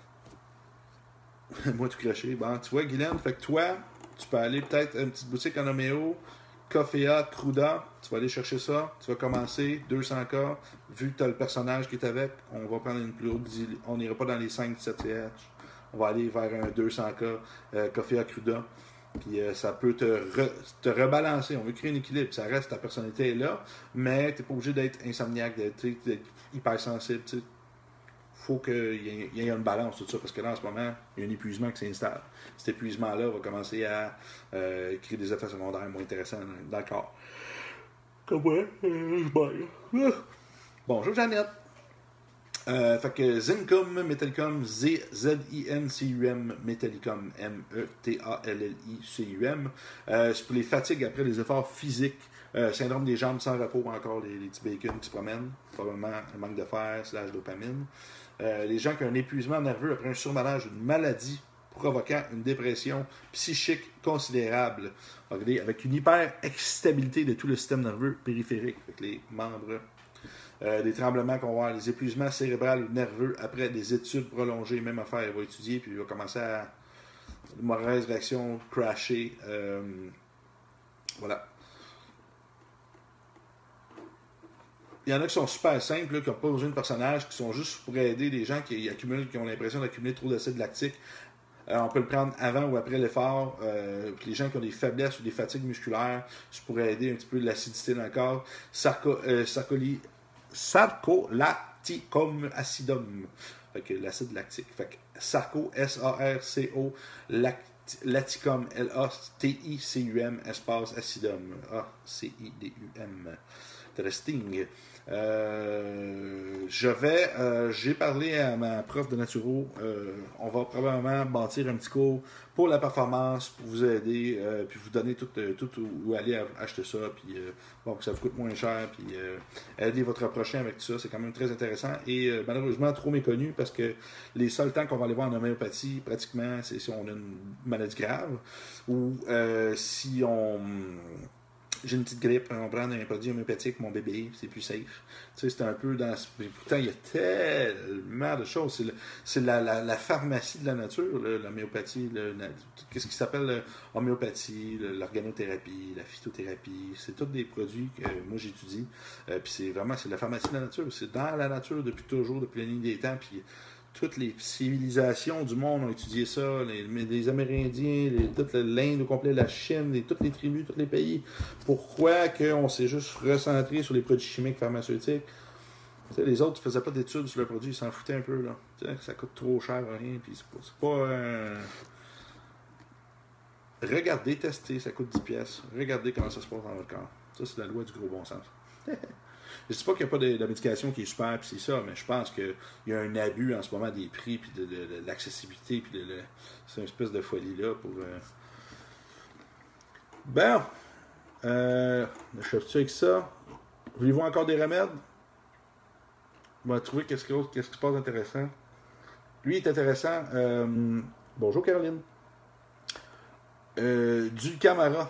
Moi, tout craché. Bon, tu vois, Guylaine, fait que toi, tu peux aller peut-être à une petite boutique en homéo, Coffea, Cruda, tu vas aller chercher ça, tu vas commencer, 200K, vu que tu as le personnage qui est avec, on va prendre une plus haute, on n'ira pas dans les 5-7 CH, on va aller vers un 200K, Coffea, Cruda. Puis ça peut te rebalancer. On veut créer un équilibre. Ça reste, ta personnalité est là, mais tu n'es pas obligé d'être insomniaque, d'être hypersensible. Il faut qu'il y ait une balance, tout ça, parce que là, en ce moment, il y a un épuisement qui s'installe. Cet épuisement-là va commencer à créer des effets secondaires moins intéressants dans le corps. Comme moi, je bonjour, Jeannette. Fait que Zincum Metallicum, Z-I-N-C-U-M, Metallicum, M-E-T-A-L-L-I-C-U-M. C'est pour les fatigues après les efforts physiques, syndrome des jambes sans repos, encore les petits bacons qui se promènent, probablement un manque de fer, / dopamine. Les gens qui ont un épuisement nerveux après un surmenage, une maladie provoquant une dépression psychique considérable, avec une hyper-excitabilité de tout le système nerveux périphérique, avec les membres. des tremblements qu'on va avoir, des épuisements cérébraux ou nerveux après des études prolongées, même affaire, il va étudier, puis il va commencer à une mauvaise réaction, crasher. Voilà. Il y en a qui sont super simples, là, qui n'ont pas besoin de personnages, qui sont juste pour aider les gens qui ont l'impression d'accumuler trop d'acide lactique. On peut le prendre avant ou après l'effort. Les gens qui ont des faiblesses ou des fatigues musculaires, c'est pour aider un petit peu l'acidité dans le corps. Sarcolaticum acidum. Fait que l'acide lactique. Fait que sarco, S-A-R-C-O, laticum, L-A-T-I-C-U-M, espace acidum, A-C-I-D-U-M. Interesting. J'ai parlé à ma prof de naturo. On va probablement bâtir un petit cours pour la performance, pour vous aider, puis vous donner tout où aller acheter ça, puis bon, que ça vous coûte moins cher, puis aider votre prochain avec tout ça. C'est quand même très intéressant et malheureusement trop méconnu parce que les seuls temps qu'on va aller voir en homéopathie, pratiquement, c'est si on a une maladie grave ou si on. J'ai une petite grippe, on prend un produit homéopathique pour mon bébé, c'est plus safe. Tu sais, c'est un peu dans. Pourtant, il y a tellement de choses. C'est la pharmacie de la nature, l'homéopathie, qu'est-ce qui s'appelle l'homéopathie, l'organothérapie, la phytothérapie. C'est tous des produits que moi j'étudie. Puis c'est la pharmacie de la nature. C'est dans la nature depuis toujours, depuis la ligne des temps. Puis toutes les civilisations du monde ont étudié ça, les Amérindiens, toute l'Inde au complet, la Chine, toutes les tribus, tous les pays. Pourquoi qu'on s'est juste recentré sur les produits chimiques pharmaceutiques? T'sais, les autres ne faisaient pas d'études sur le produit, ils s'en foutaient un peu. Là. Ça coûte trop cher, rien. Puis c'est pas regardez, testez, ça coûte 10 pièces. Regardez comment ça se passe dans votre corps. Ça, c'est la loi du gros bon sens. Je ne dis pas qu'il n'y a pas de médication qui est super, puis c'est ça, mais je pense qu'il y a un abus en ce moment des prix, puis de l'accessibilité, puis c'est une espèce de folie-là pour. Bon, achève-tu avec ça? Voulez-vous encore des remèdes? On va trouver qu'est-ce qui se passe d'intéressant. Lui est intéressant. Bonjour Caroline. Dulcamara.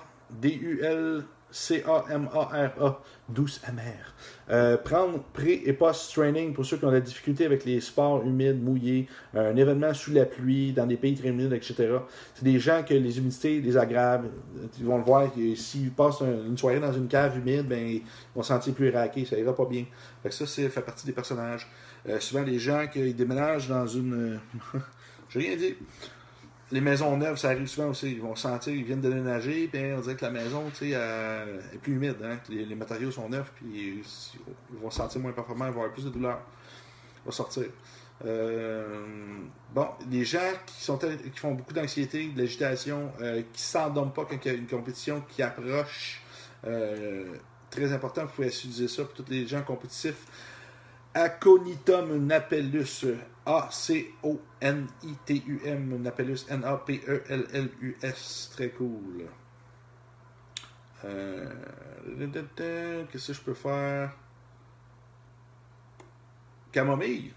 D-U-L-C-A-M-A-R-A. Douce amère. Prendre pré- et post-training pour ceux qui ont de la difficulté avec les sports humides, mouillés, un événement sous la pluie, dans des pays très humides, etc. C'est des gens que les humidités les aggravent. Ils vont le voir, s'ils passent une soirée dans une cave humide, ben, ils vont se sentir plus raqués, ça ira pas bien. Fait que ça fait partie des personnages. Souvent, les gens qui déménagent dans une... J'ai rien dit. Les maisons neuves, ça arrive souvent aussi. Ils vont sentir, ils viennent de déménager, puis on dirait que la maison, tu sais, est plus humide. Hein? Les matériaux sont neufs, puis ils vont se sentir moins performants, ils vont avoir plus de douleur. Ils vont sortir. Bon, les gens qui font beaucoup d'anxiété, de l'agitation, qui ne s'endorment pas quand il y a une compétition qui approche, très important, vous pouvez utiliser ça pour tous les gens compétitifs. Aconitum napellus, A-C-O-N-I-T-U-M, napellus, N-A-P-E-L-L-U-S, très cool. Qu'est-ce que je peux faire? Camomille?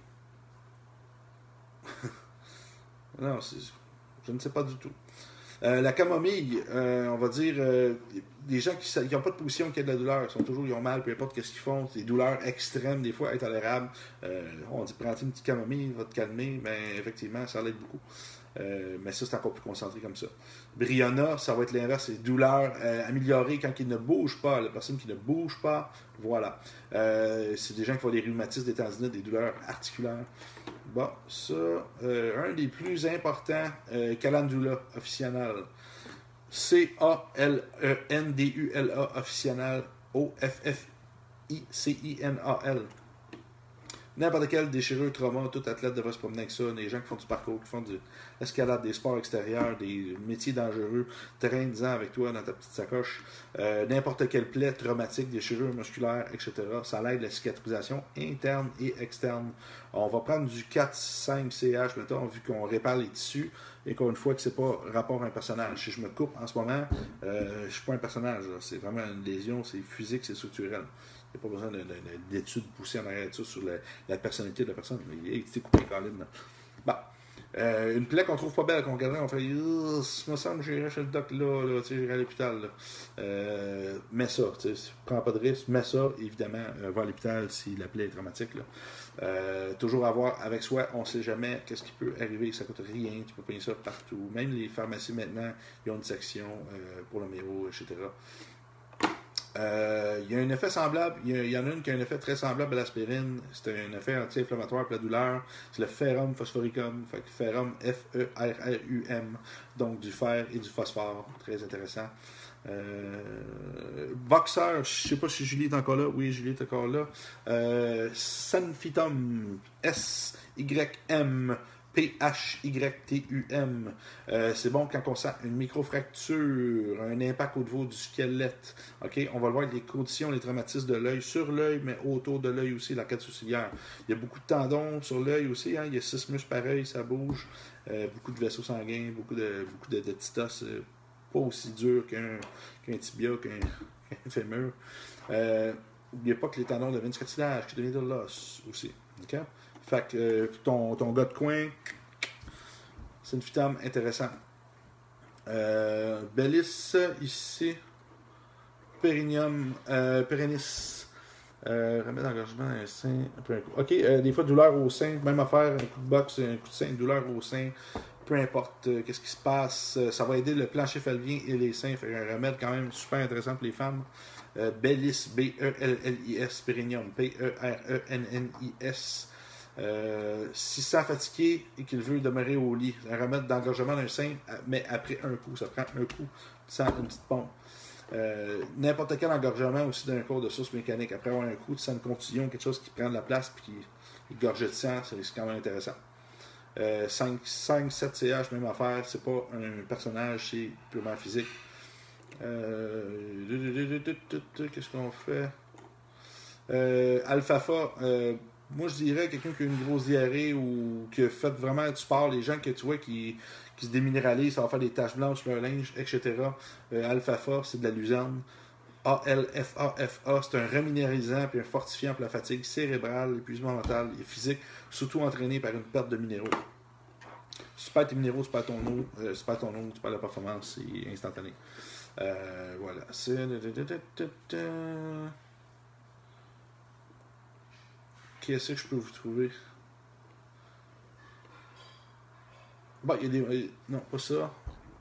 Non, je ne sais pas du tout. La camomille, on va dire, des gens qui n'ont pas de position, qui ont de la douleur, ils ont mal, peu importe ce qu'ils font, des douleurs extrêmes, des fois intolérables. On dit, prends une petite camomille, va te calmer, mais effectivement, ça l'aide beaucoup. Mais ça, c'est encore plus concentré comme ça. Briona, ça va être l'inverse, c'est douleurs améliorées quand ils ne bougent pas. La personne qui ne bouge pas, voilà. C'est des gens qui font des rhumatismes, des tendinites, des douleurs articulaires. Bon, ça, un des plus importants, Calendula officinal. C-A-L-E-N-D-U-L-A officinal. O-F-F-I-C-I-N-A-L. N'importe quelle déchirure, trauma, tout athlète devrait se promener avec ça. Les gens qui font du parcours, qui font de l'escalade, des sports extérieurs, des métiers dangereux, traîne 10 ans avec toi dans ta petite sacoche. N'importe quelle plaie traumatique, déchirure musculaire, etc. Ça l'aide la cicatrisation interne et externe. On va prendre du 4-5-CH, mettons, vu qu'on répare les tissus et qu'une fois que c'est pas rapport à un personnage. Si je me coupe en ce moment, je suis pas un personnage. Là. C'est vraiment une lésion, c'est physique, c'est structurel. Il n'y a pas besoin d'études poussées en arrière de ça sur la personnalité de la personne. Il s'est coupé Colin. Bon. Une plaie qu'on trouve pas belle, qu'on regarderait, on fait il me semble que j'irai chez le doc là tu sais, j'irai à l'hôpital. Mets ça, tu sais, prends pas de risque, mets ça, évidemment, va à l'hôpital si la plaie est traumatique. Toujours avoir avec soi, on sait jamais qu'est-ce qui peut arriver, ça coûte rien, tu peux payer ça partout. Même les pharmacies maintenant, ils ont une section pour le méro, etc. Il y a un effet semblable, il y en a une qui a un effet très semblable à l'aspirine, c'est un effet anti-inflammatoire pour la douleur, c'est le ferrum phosphoricum, fait que ferrum, F-E-R-R-U-M, donc du fer et du phosphore, très intéressant. Boxer, je sais pas si Julie est encore là, oui Julie est encore là, Sanfitum, S-Y-M, P-H-Y-T-U-M. C'est bon quand on sent une microfracture, un impact au niveau du squelette. Okay? On va le voir avec les conditions, les traumatismes de l'œil, sur l'œil, mais autour de l'œil aussi, l'arcade sourcilière. Il y a beaucoup de tendons sur l'œil aussi. Hein? Il y a 6 muscles pareils, ça bouge. Beaucoup de vaisseaux sanguins, beaucoup de petits os. Pas aussi dur qu'un tibia, qu'un fémur. N'oubliez pas que les tendons deviennent du cartilage, qui deviennent de l'os aussi. Okay? Fait que ton gars de coin, c'est une phytome intéressant. Bellis, ici, pérennis, remède d'engorgement, un sein, peu importe. Ok, des fois, douleur au sein, même affaire, un coup de boxe, un coup de sein, douleur au sein, peu importe qu'est-ce qui se passe, ça va aider le plancher pelvien et les seins. Fait un remède quand même super intéressant pour les femmes. Bellis, B-E-L-L-I-S, Pérénium, P-E-R-E-N-N-I-S. Si ça fatigué et qu'il veut demeurer au lit, un remède d'engorgement d'un sein, mais après un coup, ça prend un coup, sans une petite pompe. N'importe quel engorgement aussi d'un cours de source mécanique, après avoir un coup, tu sens une contusion, quelque chose qui prend de la place puis qui gorge de sang, c'est quand même intéressant. 5-7 CH, même affaire, c'est pas un personnage, c'est purement physique. Qu'est-ce qu'on fait? Alfalfa, moi je dirais quelqu'un qui a une grosse diarrhée ou qui a fait vraiment du sport, les gens que tu vois qui se déminéralisent, ça va faire des taches blanches sur leur linge, etc. Alfalfa, c'est de la luzerne. A-L-F-A-F-A, c'est un reminéralisant et un fortifiant pour la fatigue cérébrale, l'épuisement mental et physique, surtout entraîné par une perte de minéraux. Si tu perds tes minéraux, tu perds ton eau, tu perds la performance, c'est instantané. Voilà. Qu'est-ce que je peux vous trouver? Bon, il y a des. Non, pas ça.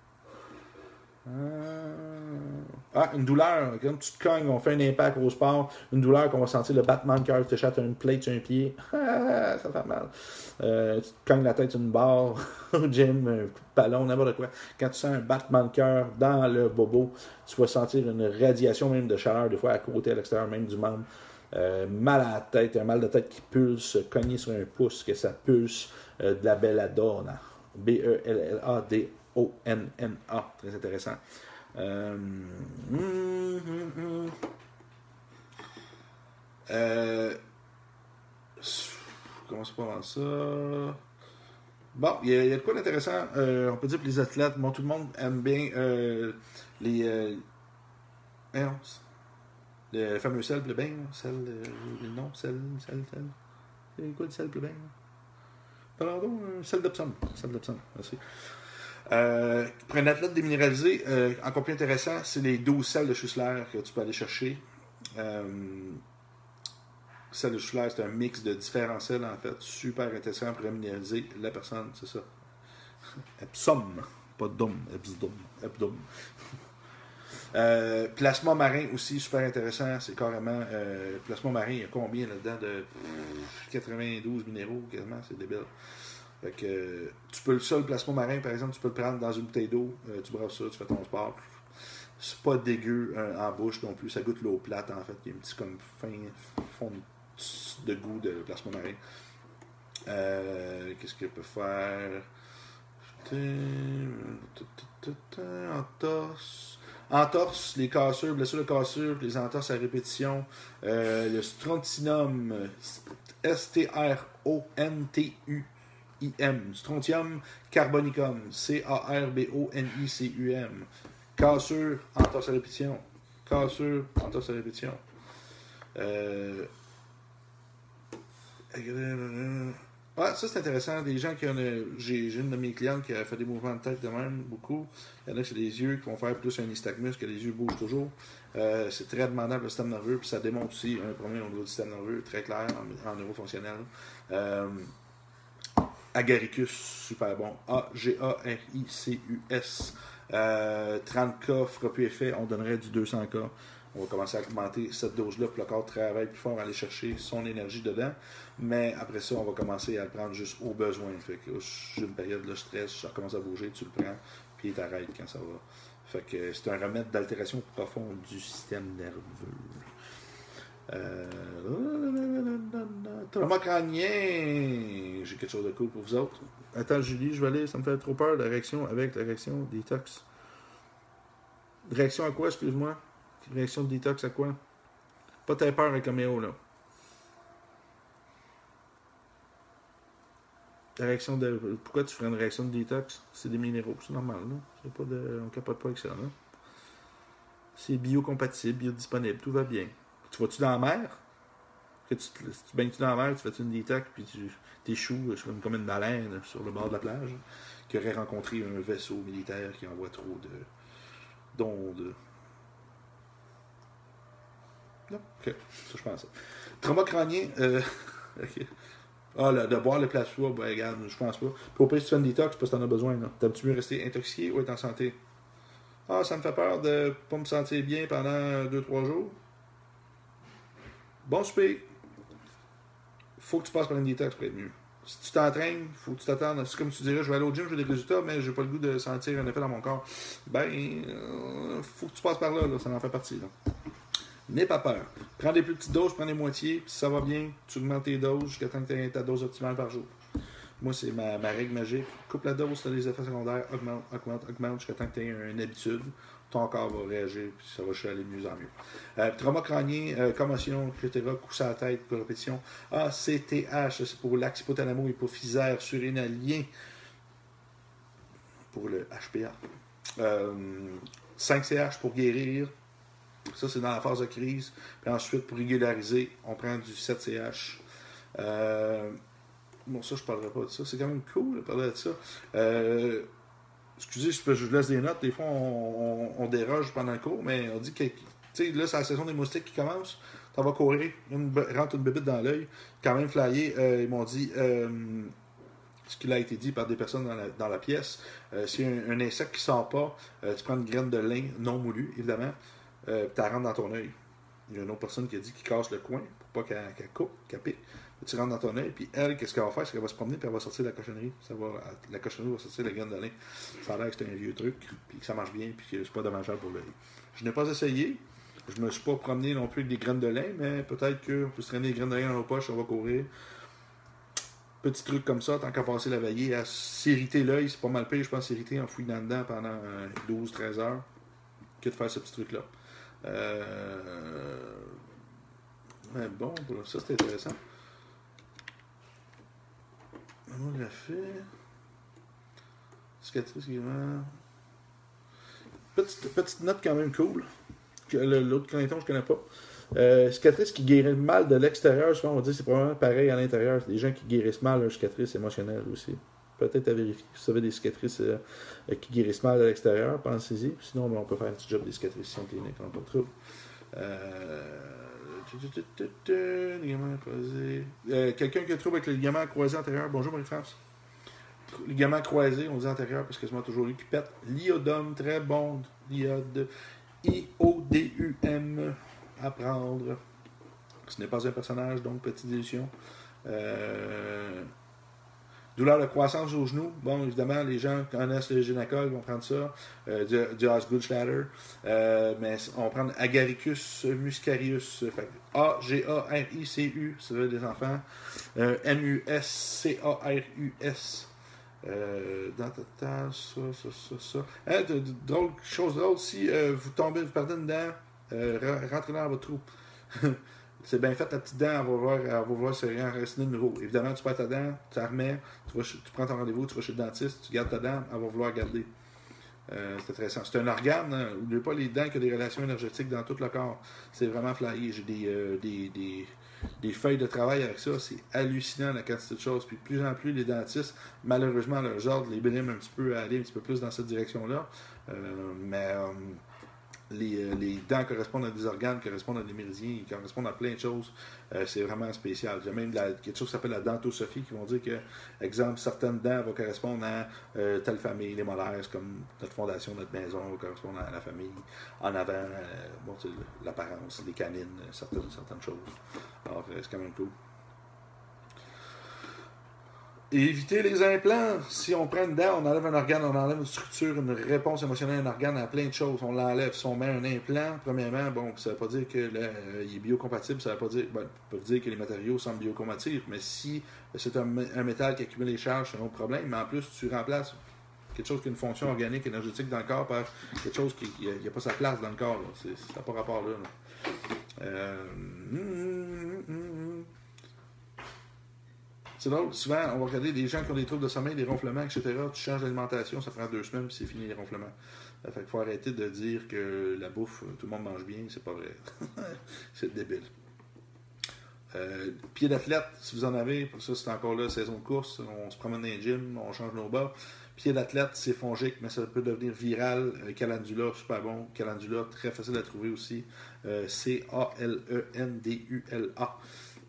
Une douleur. Quand tu te cognes, on fait un impact au sport. Une douleur qu'on va sentir le battement de cœur, tu te chattes une plate sur un pied. Ça fait mal. Tu te cognes la tête sur une barre au gym, un coup de ballon, n'importe quoi. Quand tu sens un battement de cœur dans le bobo, tu vas sentir une radiation même de chaleur, des fois à côté, à l'extérieur même du membre. Mal à la tête, un mal de tête qui pulse, cogner sur un pouce, que ça pulse, de la belladonna. B-E-L-L-A-D-O-N-N-A. Très intéressant. Commence pas avant ça. Bon, il y a de quoi d'intéressant. On peut dire que les athlètes, bon, tout le monde aime bien les. Le fameux sel plein, le nom, sel. C'est quoi le sel plein? Pardon, sel d'Epsom. Merci. Pour un athlète déminéralisé, encore plus intéressant, c'est les 12 sels de Schussler que tu peux aller chercher. Sel de Schussler, c'est un mix de différents sels, en fait, super intéressant pour reminéraliser la personne, c'est ça. Epsom, pas d'homme, Epsom. Plasma marin aussi, super intéressant, c'est carrément. Plasma marin, il y a combien là-dedans de 92 minéraux, quasiment, c'est débile. Fait que tu peux le plasma marin, par exemple, tu peux le prendre dans une bouteille d'eau, tu brasses ça, tu fais ton sport. C'est pas dégueu en bouche non plus, ça goûte l'eau plate en fait, il y a un petit comme fin fond de goût de plasma marin. Qu'est-ce qu'il peut faire? Entorse, les cassures, blessures de cassure, les entorses à répétition, le strontium, S-T-R-O-N-T-U-I-M, strontium carbonicum, C-A-R-B-O-N-I-C-U-M, cassure, entorse à répétition, Ouais, ça c'est intéressant. Des gens qui ont. J'ai une de mes clientes qui a fait des mouvements de tête de même, beaucoup. Il y en a qui ont des yeux qui vont faire plus un nystagmus, que les yeux bougent toujours. C'est très demandant pour le système nerveux, puis ça démontre aussi un problème au niveau du système nerveux, très clair en neurofonctionnel. Agaricus, super bon. Agaricus. 30K fera plus effet, on donnerait du 200K. On va commencer à augmenter cette dose-là pour le corps travaille plus fort à aller chercher son énergie dedans. Mais après ça, on va commencer à le prendre juste au besoin. Fait que j'ai une période de stress, ça recommence à bouger, tu le prends, puis il t'arrête quand ça va. Fait que c'est un remède d'altération profonde du système nerveux. Trauma crânien. J'ai quelque chose de cool pour vous autres. Attends, Julie, je vais aller. Ça me fait trop peur, la réaction avec la réaction détox. Réaction à quoi, excuse-moi? Réaction de détox à quoi? Pas très peur avec le méo, là. La réaction de. Pourquoi tu ferais une réaction de détox? C'est des minéraux, c'est normal, là. C'est pas de. On capote pas avec ça, là. C'est biocompatible, biodisponible, tout va bien. Tu vas-tu dans la mer? Que tu baignes-tu dans la mer, tu fais une détox, puis tu t'échoues comme une baleine sur le bord de la plage, qui aurait rencontré un vaisseau militaire qui envoie trop d'ondes. Non, ok, ça je pense. Trauma crânien, ok. Ah, de boire le plasma, ben regarde, je pense pas. Puis au pire, si tu fais une détox, parce que t'en as besoin, là. T'aimes-tu mieux rester intoxiqué ou être en santé? Ah, ça me fait peur de pas me sentir bien pendant 2-3 jours. Bon souper. Faut que tu passes par une détox pour être mieux. Si tu t'entraînes, faut que tu t'attendes. C'est comme tu dirais, je vais aller au gym, je veux des résultats, mais j'ai pas le goût de sentir un effet dans mon corps. Faut que tu passes par là, ça en fait partie. Là. N'aie pas peur. Prends des plus petites doses, prends des moitiés, puis si ça va bien, tu augmentes tes doses jusqu'à temps que tu aies ta dose optimale par jour. Moi, c'est ma règle magique. Coupe la dose, tu as les effets secondaires, augmente jusqu'à temps que tu aies une habitude. Ton corps va réagir, puis ça va aller de mieux en mieux. Trauma crânien, commotion, etc., coup sur la tête, répétition. ACTH, c'est pour l'axe hypothalamo-hypophysaire surrénalien, pour le HPA. 5CH pour guérir. Ça, c'est dans la phase de crise. Puis ensuite, pour régulariser, on prend du 7CH. Bon, ça, je ne parlerai pas de ça. C'est quand même cool de parler de ça. Excusez, je laisse des notes. Des fois, on déroge pendant le cours, mais on dit que, tu sais, là, c'est la saison des moustiques qui commence. Tu vas courir, rentre une bébite dans l'œil. Quand même flyé, ils m'ont dit ce qui a été dit par des personnes dans la pièce. S'il y a un insecte qui ne sort pas, tu prends une graine de lin non moulue, évidemment, tu la rentres dans ton œil. Il y a une autre personne qui a dit qu'il casse le coin pour pas qu'elle coupe, qu'elle pique. Tu rentres dans ton œil, puis elle, qu'est-ce qu'elle va faire? C'est qu'elle va se promener, puis elle va sortir la cochonnerie. La cochonnerie va sortir la graine de lin. Ça a l'air que c'est un vieux truc, puis que ça marche bien, puis que c'est pas dommageable pour l'œil. Je n'ai pas essayé. Je me suis pas promené non plus avec des graines de lin, mais peut-être qu'on peut se traîner des graines de lin dans nos poches, on va courir. Petit truc comme ça, tant qu'à passer la veillée, à s'irriter l'œil, c'est pas mal pire, je pense, s'irriter en fouillant dedans pendant 12-13 heures, que de faire ce petit truc-là. Mais bon, ça c'est intéressant. Mammographie. Cicatrice également. Petite note quand même cool. L'autre craneton, je connais pas. Cicatrice qui guérit mal de l'extérieur, souvent on va dire que c'est probablement pareil à l'intérieur. C'est des gens qui guérissent mal leur cicatrice émotionnelle aussi. Peut-être à vérifier. Si vous avez des cicatrices qui guérissent mal de l'extérieur, pensez-y. Sinon, on peut faire un petit job des cicatrices cliniques, on n'a pas de trouble. Ligament croisé. Quelqu'un qui a trouvé avec le ligament croisé antérieur. Bonjour Marie-France. Ligament croisé, on dit antérieur parce que c'est moi toujours lui qui pète. L'iodome, très bon. L'iode. IODUM. Apprendre. Ce n'est pas un personnage, donc petite illusion. Douleur de croissance au genou. Bon, évidemment, les gens qui connaissent le gynécologue vont prendre ça. Du Osgood-Schlatter. Mais on va prendre Agaricus muscarius. A-G-A-R-I-C-U, si vous avez des enfants. M-U-S-C-A-R-U-S. Ça. Chose drôle, si vous tombez, vous perdez une dent, rentrez dans votre trou. C'est bien fait, ta petite dent, elle va voir se réenraciner de nouveau. Évidemment, tu perds ta dent, tu la remets, tu prends ton rendez-vous, tu vas chez le dentiste, tu gardes ta dent, elle va vouloir garder. C'est intéressant. C'est un organe, hein. N'oubliez pas les dents qui ont des relations énergétiques dans tout le corps. C'est vraiment flyé. J'ai des feuilles de travail avec ça. C'est hallucinant la quantité de choses. Puis de plus en plus, les dentistes, malheureusement, leurs ordres les briment un petit peu à aller un petit peu plus dans cette direction-là. Mais les dents correspondent à des organes, correspondent à des méridiens, correspondent à plein de choses. C'est vraiment spécial. Il y a même quelque chose qui s'appelle la dentosophie qui vont dire que, exemple, certaines dents vont correspondre à telle famille. Les molaires, c'est comme notre fondation, notre maison, va correspondre à la famille. En avant, bon, l'apparence, les canines, certaines choses. Alors, c'est quand même cool. Et éviter les implants. Si on prend une dent, on enlève un organe, on enlève une structure, une réponse émotionnelle à un organe, à plein de choses. On l'enlève. Si on met un implant, premièrement, bon, ça ne veut pas dire qu'il est biocompatible, ça ne veut pas dire, bon, peuvent dire que les matériaux sont biocompatibles, mais si c'est un métal qui accumule les charges, c'est un autre problème. Mais en plus, tu remplaces quelque chose qui a une fonction organique, énergétique dans le corps par quelque chose qui n'a pas sa place dans le corps. Ça n'a pas rapport là. C'est drôle, souvent, on va regarder des gens qui ont des troubles de sommeil, des ronflements, etc. Tu changes d'alimentation, ça prend 2 semaines, puis c'est fini les ronflements. Fait qu'il faut arrêter de dire que la bouffe, tout le monde mange bien, c'est pas vrai. C'est débile. Pied d'athlète, si vous en avez, pour ça c'est encore là, saison de course, on se promène dans les gyms, on change nos bas. Pied d'athlète, c'est fongique, mais ça peut devenir viral. Calendula, super bon. Calendula, très facile à trouver aussi. Calendula.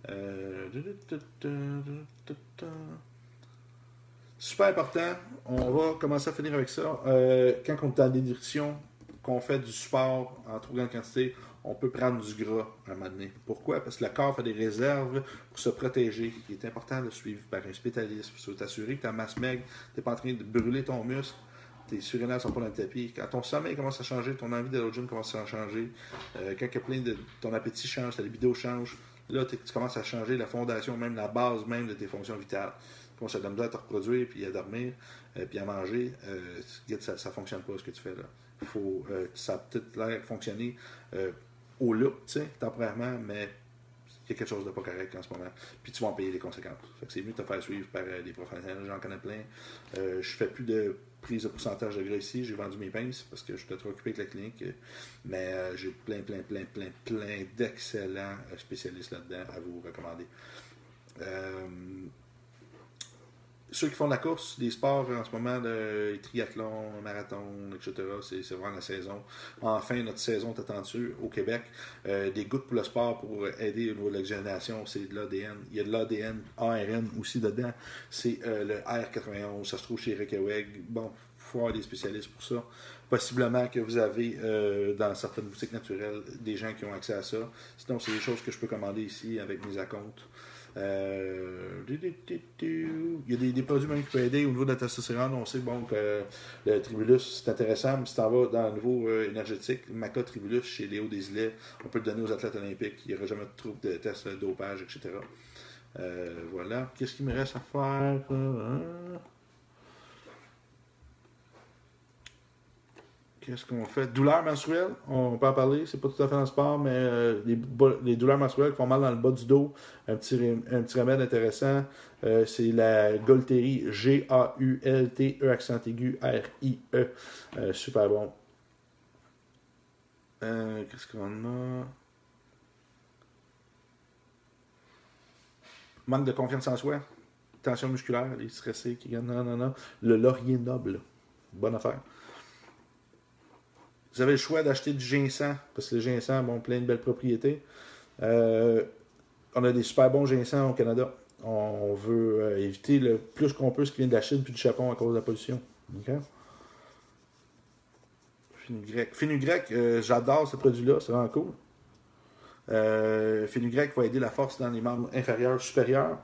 Super important. On va commencer à finir avec ça. Quand on est en dénutrition, qu'on fait du sport en trop grande quantité, on peut prendre du gras à un moment donné. Pourquoi? Parce que le corps fait des réserves pour se protéger. Il est important de suivre par un spécialiste pour t'assurer que ta masse maigre, tu n'es pas en train de brûler ton muscle, tes surrénales ne sont pas dans le tapis. Quand ton sommeil commence à changer, ton envie d'aller au gym commence à changer, quand ton appétit change, ta libido change, là, tu commences à changer la fondation, même la base même de tes fonctions vitales. Tu commences à te à te reproduire, puis à dormir, puis à manger. Ça ne fonctionne pas ce que tu fais là. Ça a peut-être l'air de fonctionner au look, tu sais, temporairement, mais il y a quelque chose de pas correct en ce moment. Puis tu vas en payer les conséquences. Fait que c'est mieux de te faire suivre par des professionnels, j'en connais plein. Je fais plus de prise de pourcentage de gras ici, j'ai vendu mes pinces parce que je suis trop occupé avec la clinique. Mais j'ai plein d'excellents spécialistes là-dedans à vous recommander. Ceux qui font de la course, des sports en ce moment, les triathlons, marathon, etc., c'est vraiment la saison. Enfin, notre saison est attendue au Québec. Des gouttes pour le sport pour aider au niveau de l'oxygénation, c'est de l'ADN. Il y a de l'ADN, ARN aussi dedans. C'est le R91, ça se trouve chez Reykjavik. Bon, il faut avoir des spécialistes pour ça. Possiblement que vous avez dans certaines boutiques naturelles des gens qui ont accès à ça. Sinon, c'est des choses que je peux commander ici avec mes acomptes. Il y a des produits même qui peuvent aider au niveau de la testostérone. On sait bon que le tribulus c'est intéressant, mais si tu en vas dans le niveau énergétique, le maca tribulus chez Léo Desilets, on peut le donner aux athlètes olympiques. Il n'y aura jamais de trouble de tests de dopage, etc. Voilà. Qu'est-ce qu'il me reste à faire? Qu'est-ce qu'on fait? Douleurs menstruelles, on peut en parler, c'est pas tout à fait dans le sport, mais les douleurs menstruelles qui font mal dans le bas du dos, un petit remède intéressant, c'est la Gaultérie, G-A-U-L-T-E, accent aigu, R-I-E. Super bon. Qu'est-ce qu'on a? Manque de confiance en soi, tension musculaire, les stressés qui gagnent, non. Le laurier noble, bonne affaire. Vous avez le choix d'acheter du ginseng, parce que le ginseng, bon, plein de belles propriétés. On a des super bons ginseng au Canada. On veut éviter le plus qu'on peut ce qui vient de la Chine puis du Japon à cause de la pollution. Okay? Fenugrec, j'adore ce produit-là, c'est vraiment cool. Fenugrec va aider la force dans les membres inférieurs, supérieurs.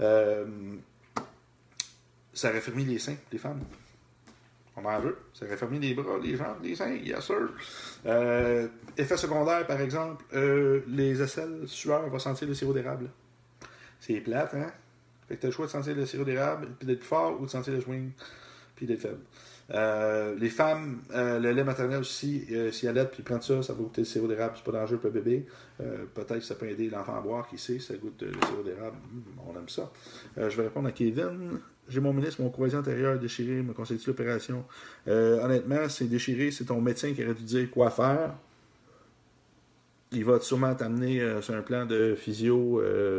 Ça raffermit les seins des femmes. On en veut. Ça raffermit les bras, les jambes, les seins, yes sir. Effet secondaire, par exemple, les aisselles sueurs vont sentir le sirop d'érable. C'est plate, hein? Fait que t'as le choix de sentir le sirop d'érable, puis d'être fort, ou de sentir le swing, puis d'être faible. Les femmes, le lait maternel aussi, s'ils allaitent puis ils prennent ça, ça va goûter le sirop d'érable, c'est pas dangereux pour le bébé. Peut-être que ça peut aider l'enfant à boire, qui sait, ça goûte le sirop d'érable. On aime ça. Je vais répondre à Kevin. J'ai mon ministre, mon croisé antérieur déchiré, me conseille-t-il l'opération? Honnêtement, c'est déchiré, c'est ton médecin qui aurait dû dire quoi faire. Il va sûrement t'amener sur un plan de physio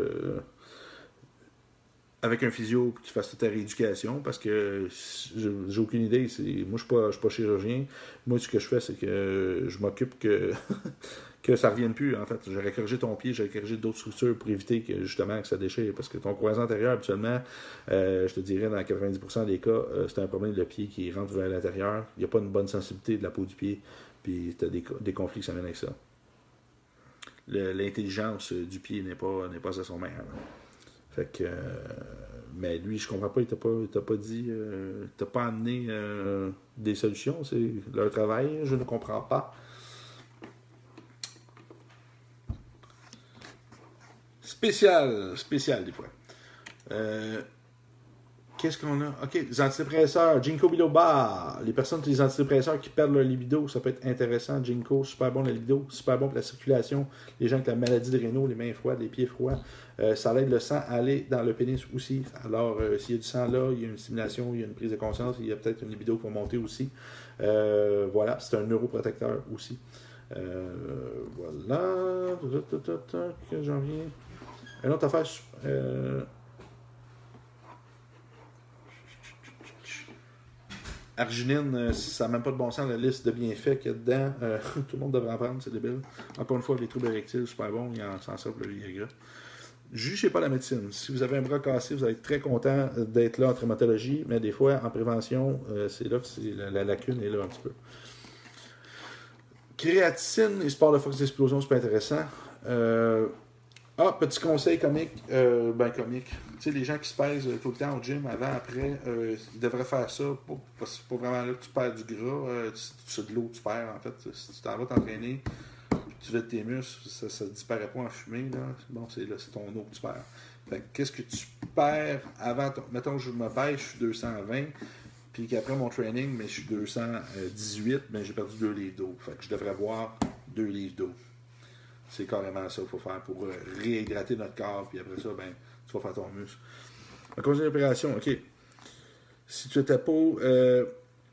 avec un physio qui fasse toute ta rééducation parce que j'ai aucune idée. Moi, je suis pas chirurgien. Moi, ce que je fais, c'est que je m'occupe que, que ça ne revienne plus. En fait, j'aurais corrigé ton pied, j'aurais corrigé d'autres structures pour éviter que justement que ça déchire. Parce que ton croisé antérieur, habituellement, je te dirais, dans 90% des cas, c'est un problème de pied qui rentre vers l'intérieur. Il n'y a pas une bonne sensibilité de la peau du pied. Puis tu as des conflits qui s'amènent avec ça. L'intelligence du pied n'est pas à son meilleur. Fait que. Mais lui, je comprends pas, il t'a pas dit. T'as pas amené des solutions. C'est leur travail, je ne comprends pas. Spécial des fois. Qu'est-ce qu'on a? Ok, les antidépresseurs, Ginkgo biloba. Les personnes qui ont des antidépresseurs qui perdent leur libido, ça peut être intéressant. Ginkgo, super bon la libido, super bon pour la circulation. Les gens avec la maladie de Raynaud, les mains froides, les pieds froids, ça aide le sang à aller dans le pénis aussi. Alors, s'il y a du sang là, il y a une stimulation, il y a une prise de conscience, il y a peut-être une libido qui va monter aussi. Voilà, c'est un neuroprotecteur aussi. Voilà. Que j'en viens. Une autre affaire. Arginine, ça n'a même pas de bon sens la liste de bienfaits qu'il y a dedans. Tout le monde devrait en prendre, c'est débile. Encore une fois, les troubles érectiles, super bon, il en s'en sort pour le Viagra. Jugez pas la médecine. Si vous avez un bras cassé, vous allez être très content d'être là en traumatologie, mais des fois, en prévention, c'est là que la lacune est là un petit peu. Créatine et sport de force d'explosion, c'est pas intéressant. Petit conseil comique. Comique. Tu sais, les gens qui se pèsent tout le temps au gym, avant, après, ils devraient faire ça. Parce que c'est pas vraiment là que tu perds du gras. C'est de l'eau que tu perds, en fait. Si tu t'en vas t'entraîner, tu vides tes muscles, ça ne disparaît pas en fumée. Là. Bon, c'est ton eau que tu perds. Fait que, qu'est-ce que tu perds avant mettons que je me pèse, je suis 220. Puis qu'après mon training, mais je suis 218, mais j'ai perdu 2 livres d'eau. Fait que je devrais boire 2 livres d'eau. C'est carrément ça qu'il faut faire pour réhydrater notre corps. Puis après ça, ben, tu vas faire ton muscle. À cause de l'opération, OK. Si tu n'étais pas.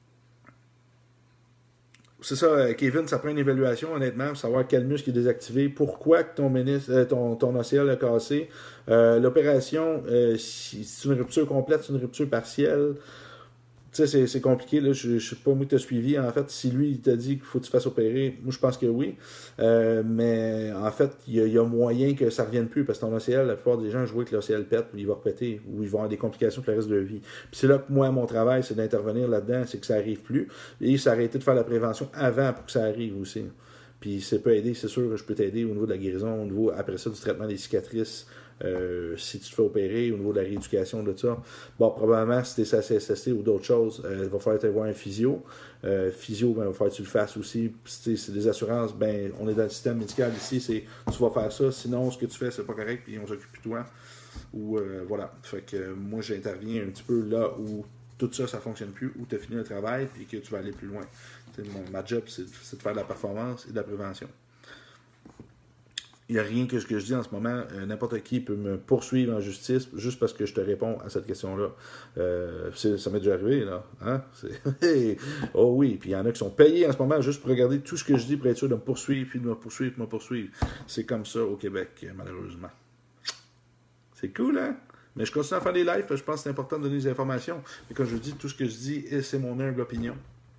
C'est ça, Kevin, ça prend une évaluation, honnêtement, pour savoir quel muscle est désactivé, pourquoi que ton OCL a cassé. L'opération, si c'est une rupture complète, c'est une rupture partielle. Tu sais, c'est compliqué, là. Je sais pas moi qui t'as suivi. En fait, si lui, il t'a dit qu'il faut que tu fasses opérer, moi, je pense que oui. Mais en fait, il y a moyen que ça revienne plus parce que ton OCL, la plupart des gens, je vois que l'OCL pète, il va repéter ou ils vont avoir des complications pour le reste de leur vie. Puis c'est là que moi, mon travail, c'est d'intervenir là-dedans, c'est que ça arrive plus. Et ça aurait été de faire la prévention avant pour que ça arrive aussi. Puis ça peut aider, c'est sûr, je peux t'aider au niveau de la guérison, au niveau, après ça, du traitement des cicatrices. Si tu te fais opérer au niveau de la rééducation de ça, bon, probablement si tu es CSST ou d'autres choses, il va falloir voir un physio. Physio, ben, il va falloir que tu le fasses aussi. Si c'est des assurances, ben, on est dans le système médical ici, tu vas faire ça. Sinon, ce que tu fais, c'est pas correct, puis on s'occupe plus de toi. Ou voilà. Fait que moi, j'interviens un petit peu là où tout ça, ça fonctionne plus, où tu as fini le travail, puis que tu vas aller plus loin. Ma job, c'est de faire de la performance et de la prévention. Il n'y a rien que ce que je dis en ce moment. N'importe qui peut me poursuivre en justice juste parce que je te réponds à cette question-là. Ça m'est déjà arrivé, là. Hein? Oh oui, puis il y en a qui sont payés en ce moment juste pour regarder tout ce que je dis pour être sûr de me poursuivre, puis de me poursuivre, puis de me poursuivre. C'est comme ça au Québec, malheureusement. C'est cool, hein? Mais je continue à faire des lives, parce que je pense que c'est important de donner des informations. Mais comme je dis, tout ce que je dis, c'est mon humble opinion.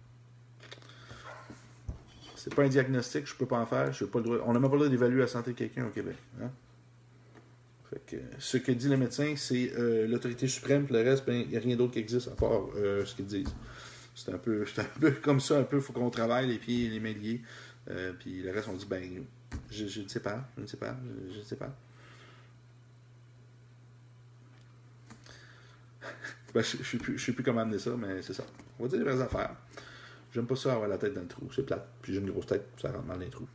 C'est pas un diagnostic, je peux pas en faire. Pas le droit. On n'a même pas le droit d'évaluer la santé de quelqu'un au Québec. Hein? Fait que, ce que dit le médecin, c'est l'autorité suprême, puis le reste, ben, il n'y a rien d'autre qui existe à part ce qu'ils disent. C'est un peu comme ça, un peu, il faut qu'on travaille les pieds et les mains liés. Puis le reste, on dit, ben, je ne sais pas, je ne sais pas, je ne sais pas. Ben, je ne sais plus comment amener ça, mais c'est ça. On va dire les vraies affaires. J'aime pas ça avoir la tête dans le trou. C'est plate. Puis j'ai une grosse tête, ça rentre dans les trous.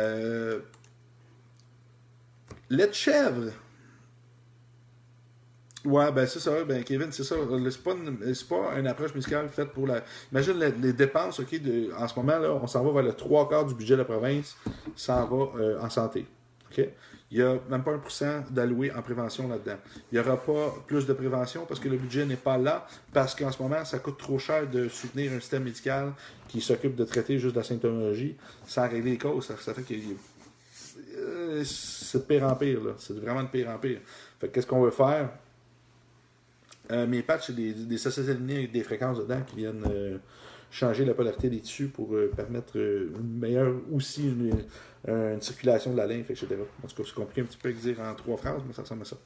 Lait de chèvre. Ouais, ben c'est ça. Ben Kevin, c'est ça. C'est pas une approche musicale faite pour la. Imagine les dépenses, ok, en ce moment, là, on s'en va vers le trois quarts du budget de la province, s'en va en santé. OK? Il n'y a même pas 1% d'alloué en prévention là-dedans. Il n'y aura pas plus de prévention parce que le budget n'est pas là, parce qu'en ce moment, ça coûte trop cher de soutenir un système médical qui s'occupe de traiter juste la symptomologie sans régler les causes. Ça fait que c'est de pire en pire. Là. C'est vraiment de pire en pire. Fait que qu'est-ce qu'on veut faire? Mes patchs, c'est des sociétés alignées avec des fréquences dedans qui viennent changer la polarité des tissus pour permettre une meilleure aussi une circulation de la lymphe, etc. En tout cas, c'est compliqué un petit peu à dire en trois phrases, mais ça ressemble à ça.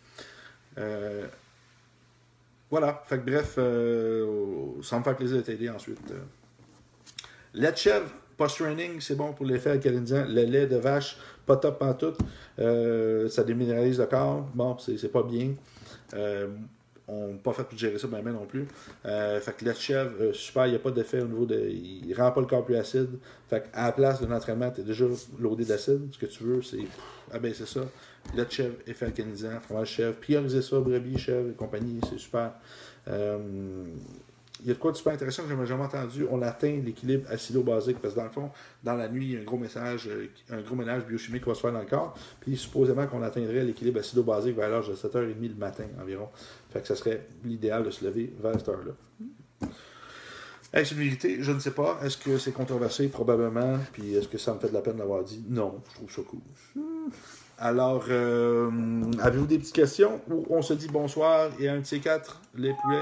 Voilà. Fait que bref, ça me fait plaisir de t'aider ensuite. Lait de chèvre, post-training, c'est bon pour l'effet alcalinisant. Le lait de vache, pas top en tout. Ça déminéralise le corps. Bon, c'est pas bien. On n'a pas fait pour gérer ça bien non plus. Fait que lait de chèvre, super, il n'y a pas d'effet au niveau de. Il ne rend pas le corps plus acide. Fait qu'à la place d'un entraînement, tu es déjà loadé d'acide. Ce que tu veux, c'est abaisser ça. Lait de chèvre, effet alcalinisant, fromage chèvre. Prioriser ça, brebis, chèvre et compagnie, c'est super. Il y a de quoi de super intéressant que je n'ai jamais entendu. On atteint l'équilibre acido-basique parce que dans le fond, dans la nuit, il y a un gros ménage biochimique qui va se faire dans le corps. Puis supposément qu'on atteindrait l'équilibre acido-basique vers l'âge de 7h30 le matin environ. Fait que ça serait l'idéal de se lever vers cette heure-là. Est-ce une vérité? Je ne sais pas. Est-ce que c'est controversé? Probablement. Puis est-ce que ça me fait de la peine d'avoir dit? Non, je trouve ça cool. Alors, avez-vous des petites questions? Ou on se dit bonsoir et un de ces quatre, les poulets?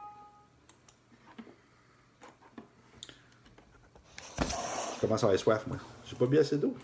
Je commence à avoir soif, moi. J'ai pas bu assez d'eau.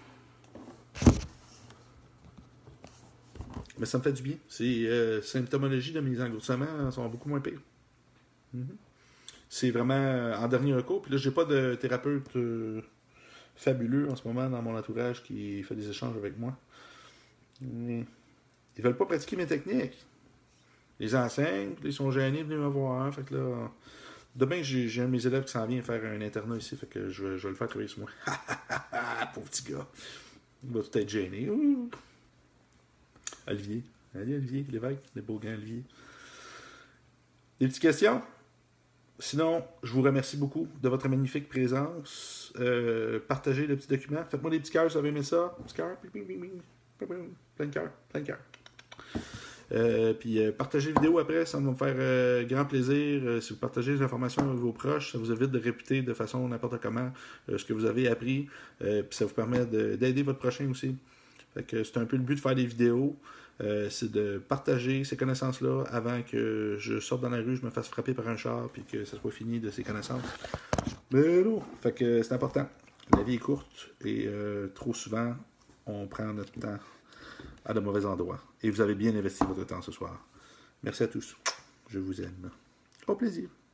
Mais ça me fait du bien. Ces symptomologies de mes engourdissements sont beaucoup moins pires. C'est vraiment en dernier recours. Puis là, j'ai pas de thérapeute fabuleux en ce moment dans mon entourage qui fait des échanges avec moi. Ils veulent pas pratiquer mes techniques. Ils enseignent, puis ils sont gênés de venir me voir. Fait que là, demain, j'ai un de mes élèves qui s'en vient faire un internat ici, fait que je vais le faire travailler sur moi. Pauvre petit gars. Il va tout être gêné. Ouh. Olivier. Allez, Olivier, l'évêque, les beaux grands Olivier. Des petites questions? Sinon, je vous remercie beaucoup de votre magnifique présence. Partagez le petit document. Faites-moi des petits cœurs, ça va aimer ça. Petit cœur. Plein de cœur. Plein de cœur. Puis partagez la vidéo après, ça va me faire grand plaisir. Si vous partagez les informations avec vos proches, ça vous évite de répéter de façon n'importe comment ce que vous avez appris. Puis ça vous permet d'aider votre prochain aussi. Fait que c'est un peu le but de faire des vidéos. C'est de partager ces connaissances-là avant que je sorte dans la rue, je me fasse frapper par un char puis que ça soit fini de ces connaissances. Mais non! Fait que c'est important. La vie est courte et trop souvent, on prend notre temps à de mauvais endroits. Et vous avez bien investi votre temps ce soir. Merci à tous. Je vous aime. Au plaisir.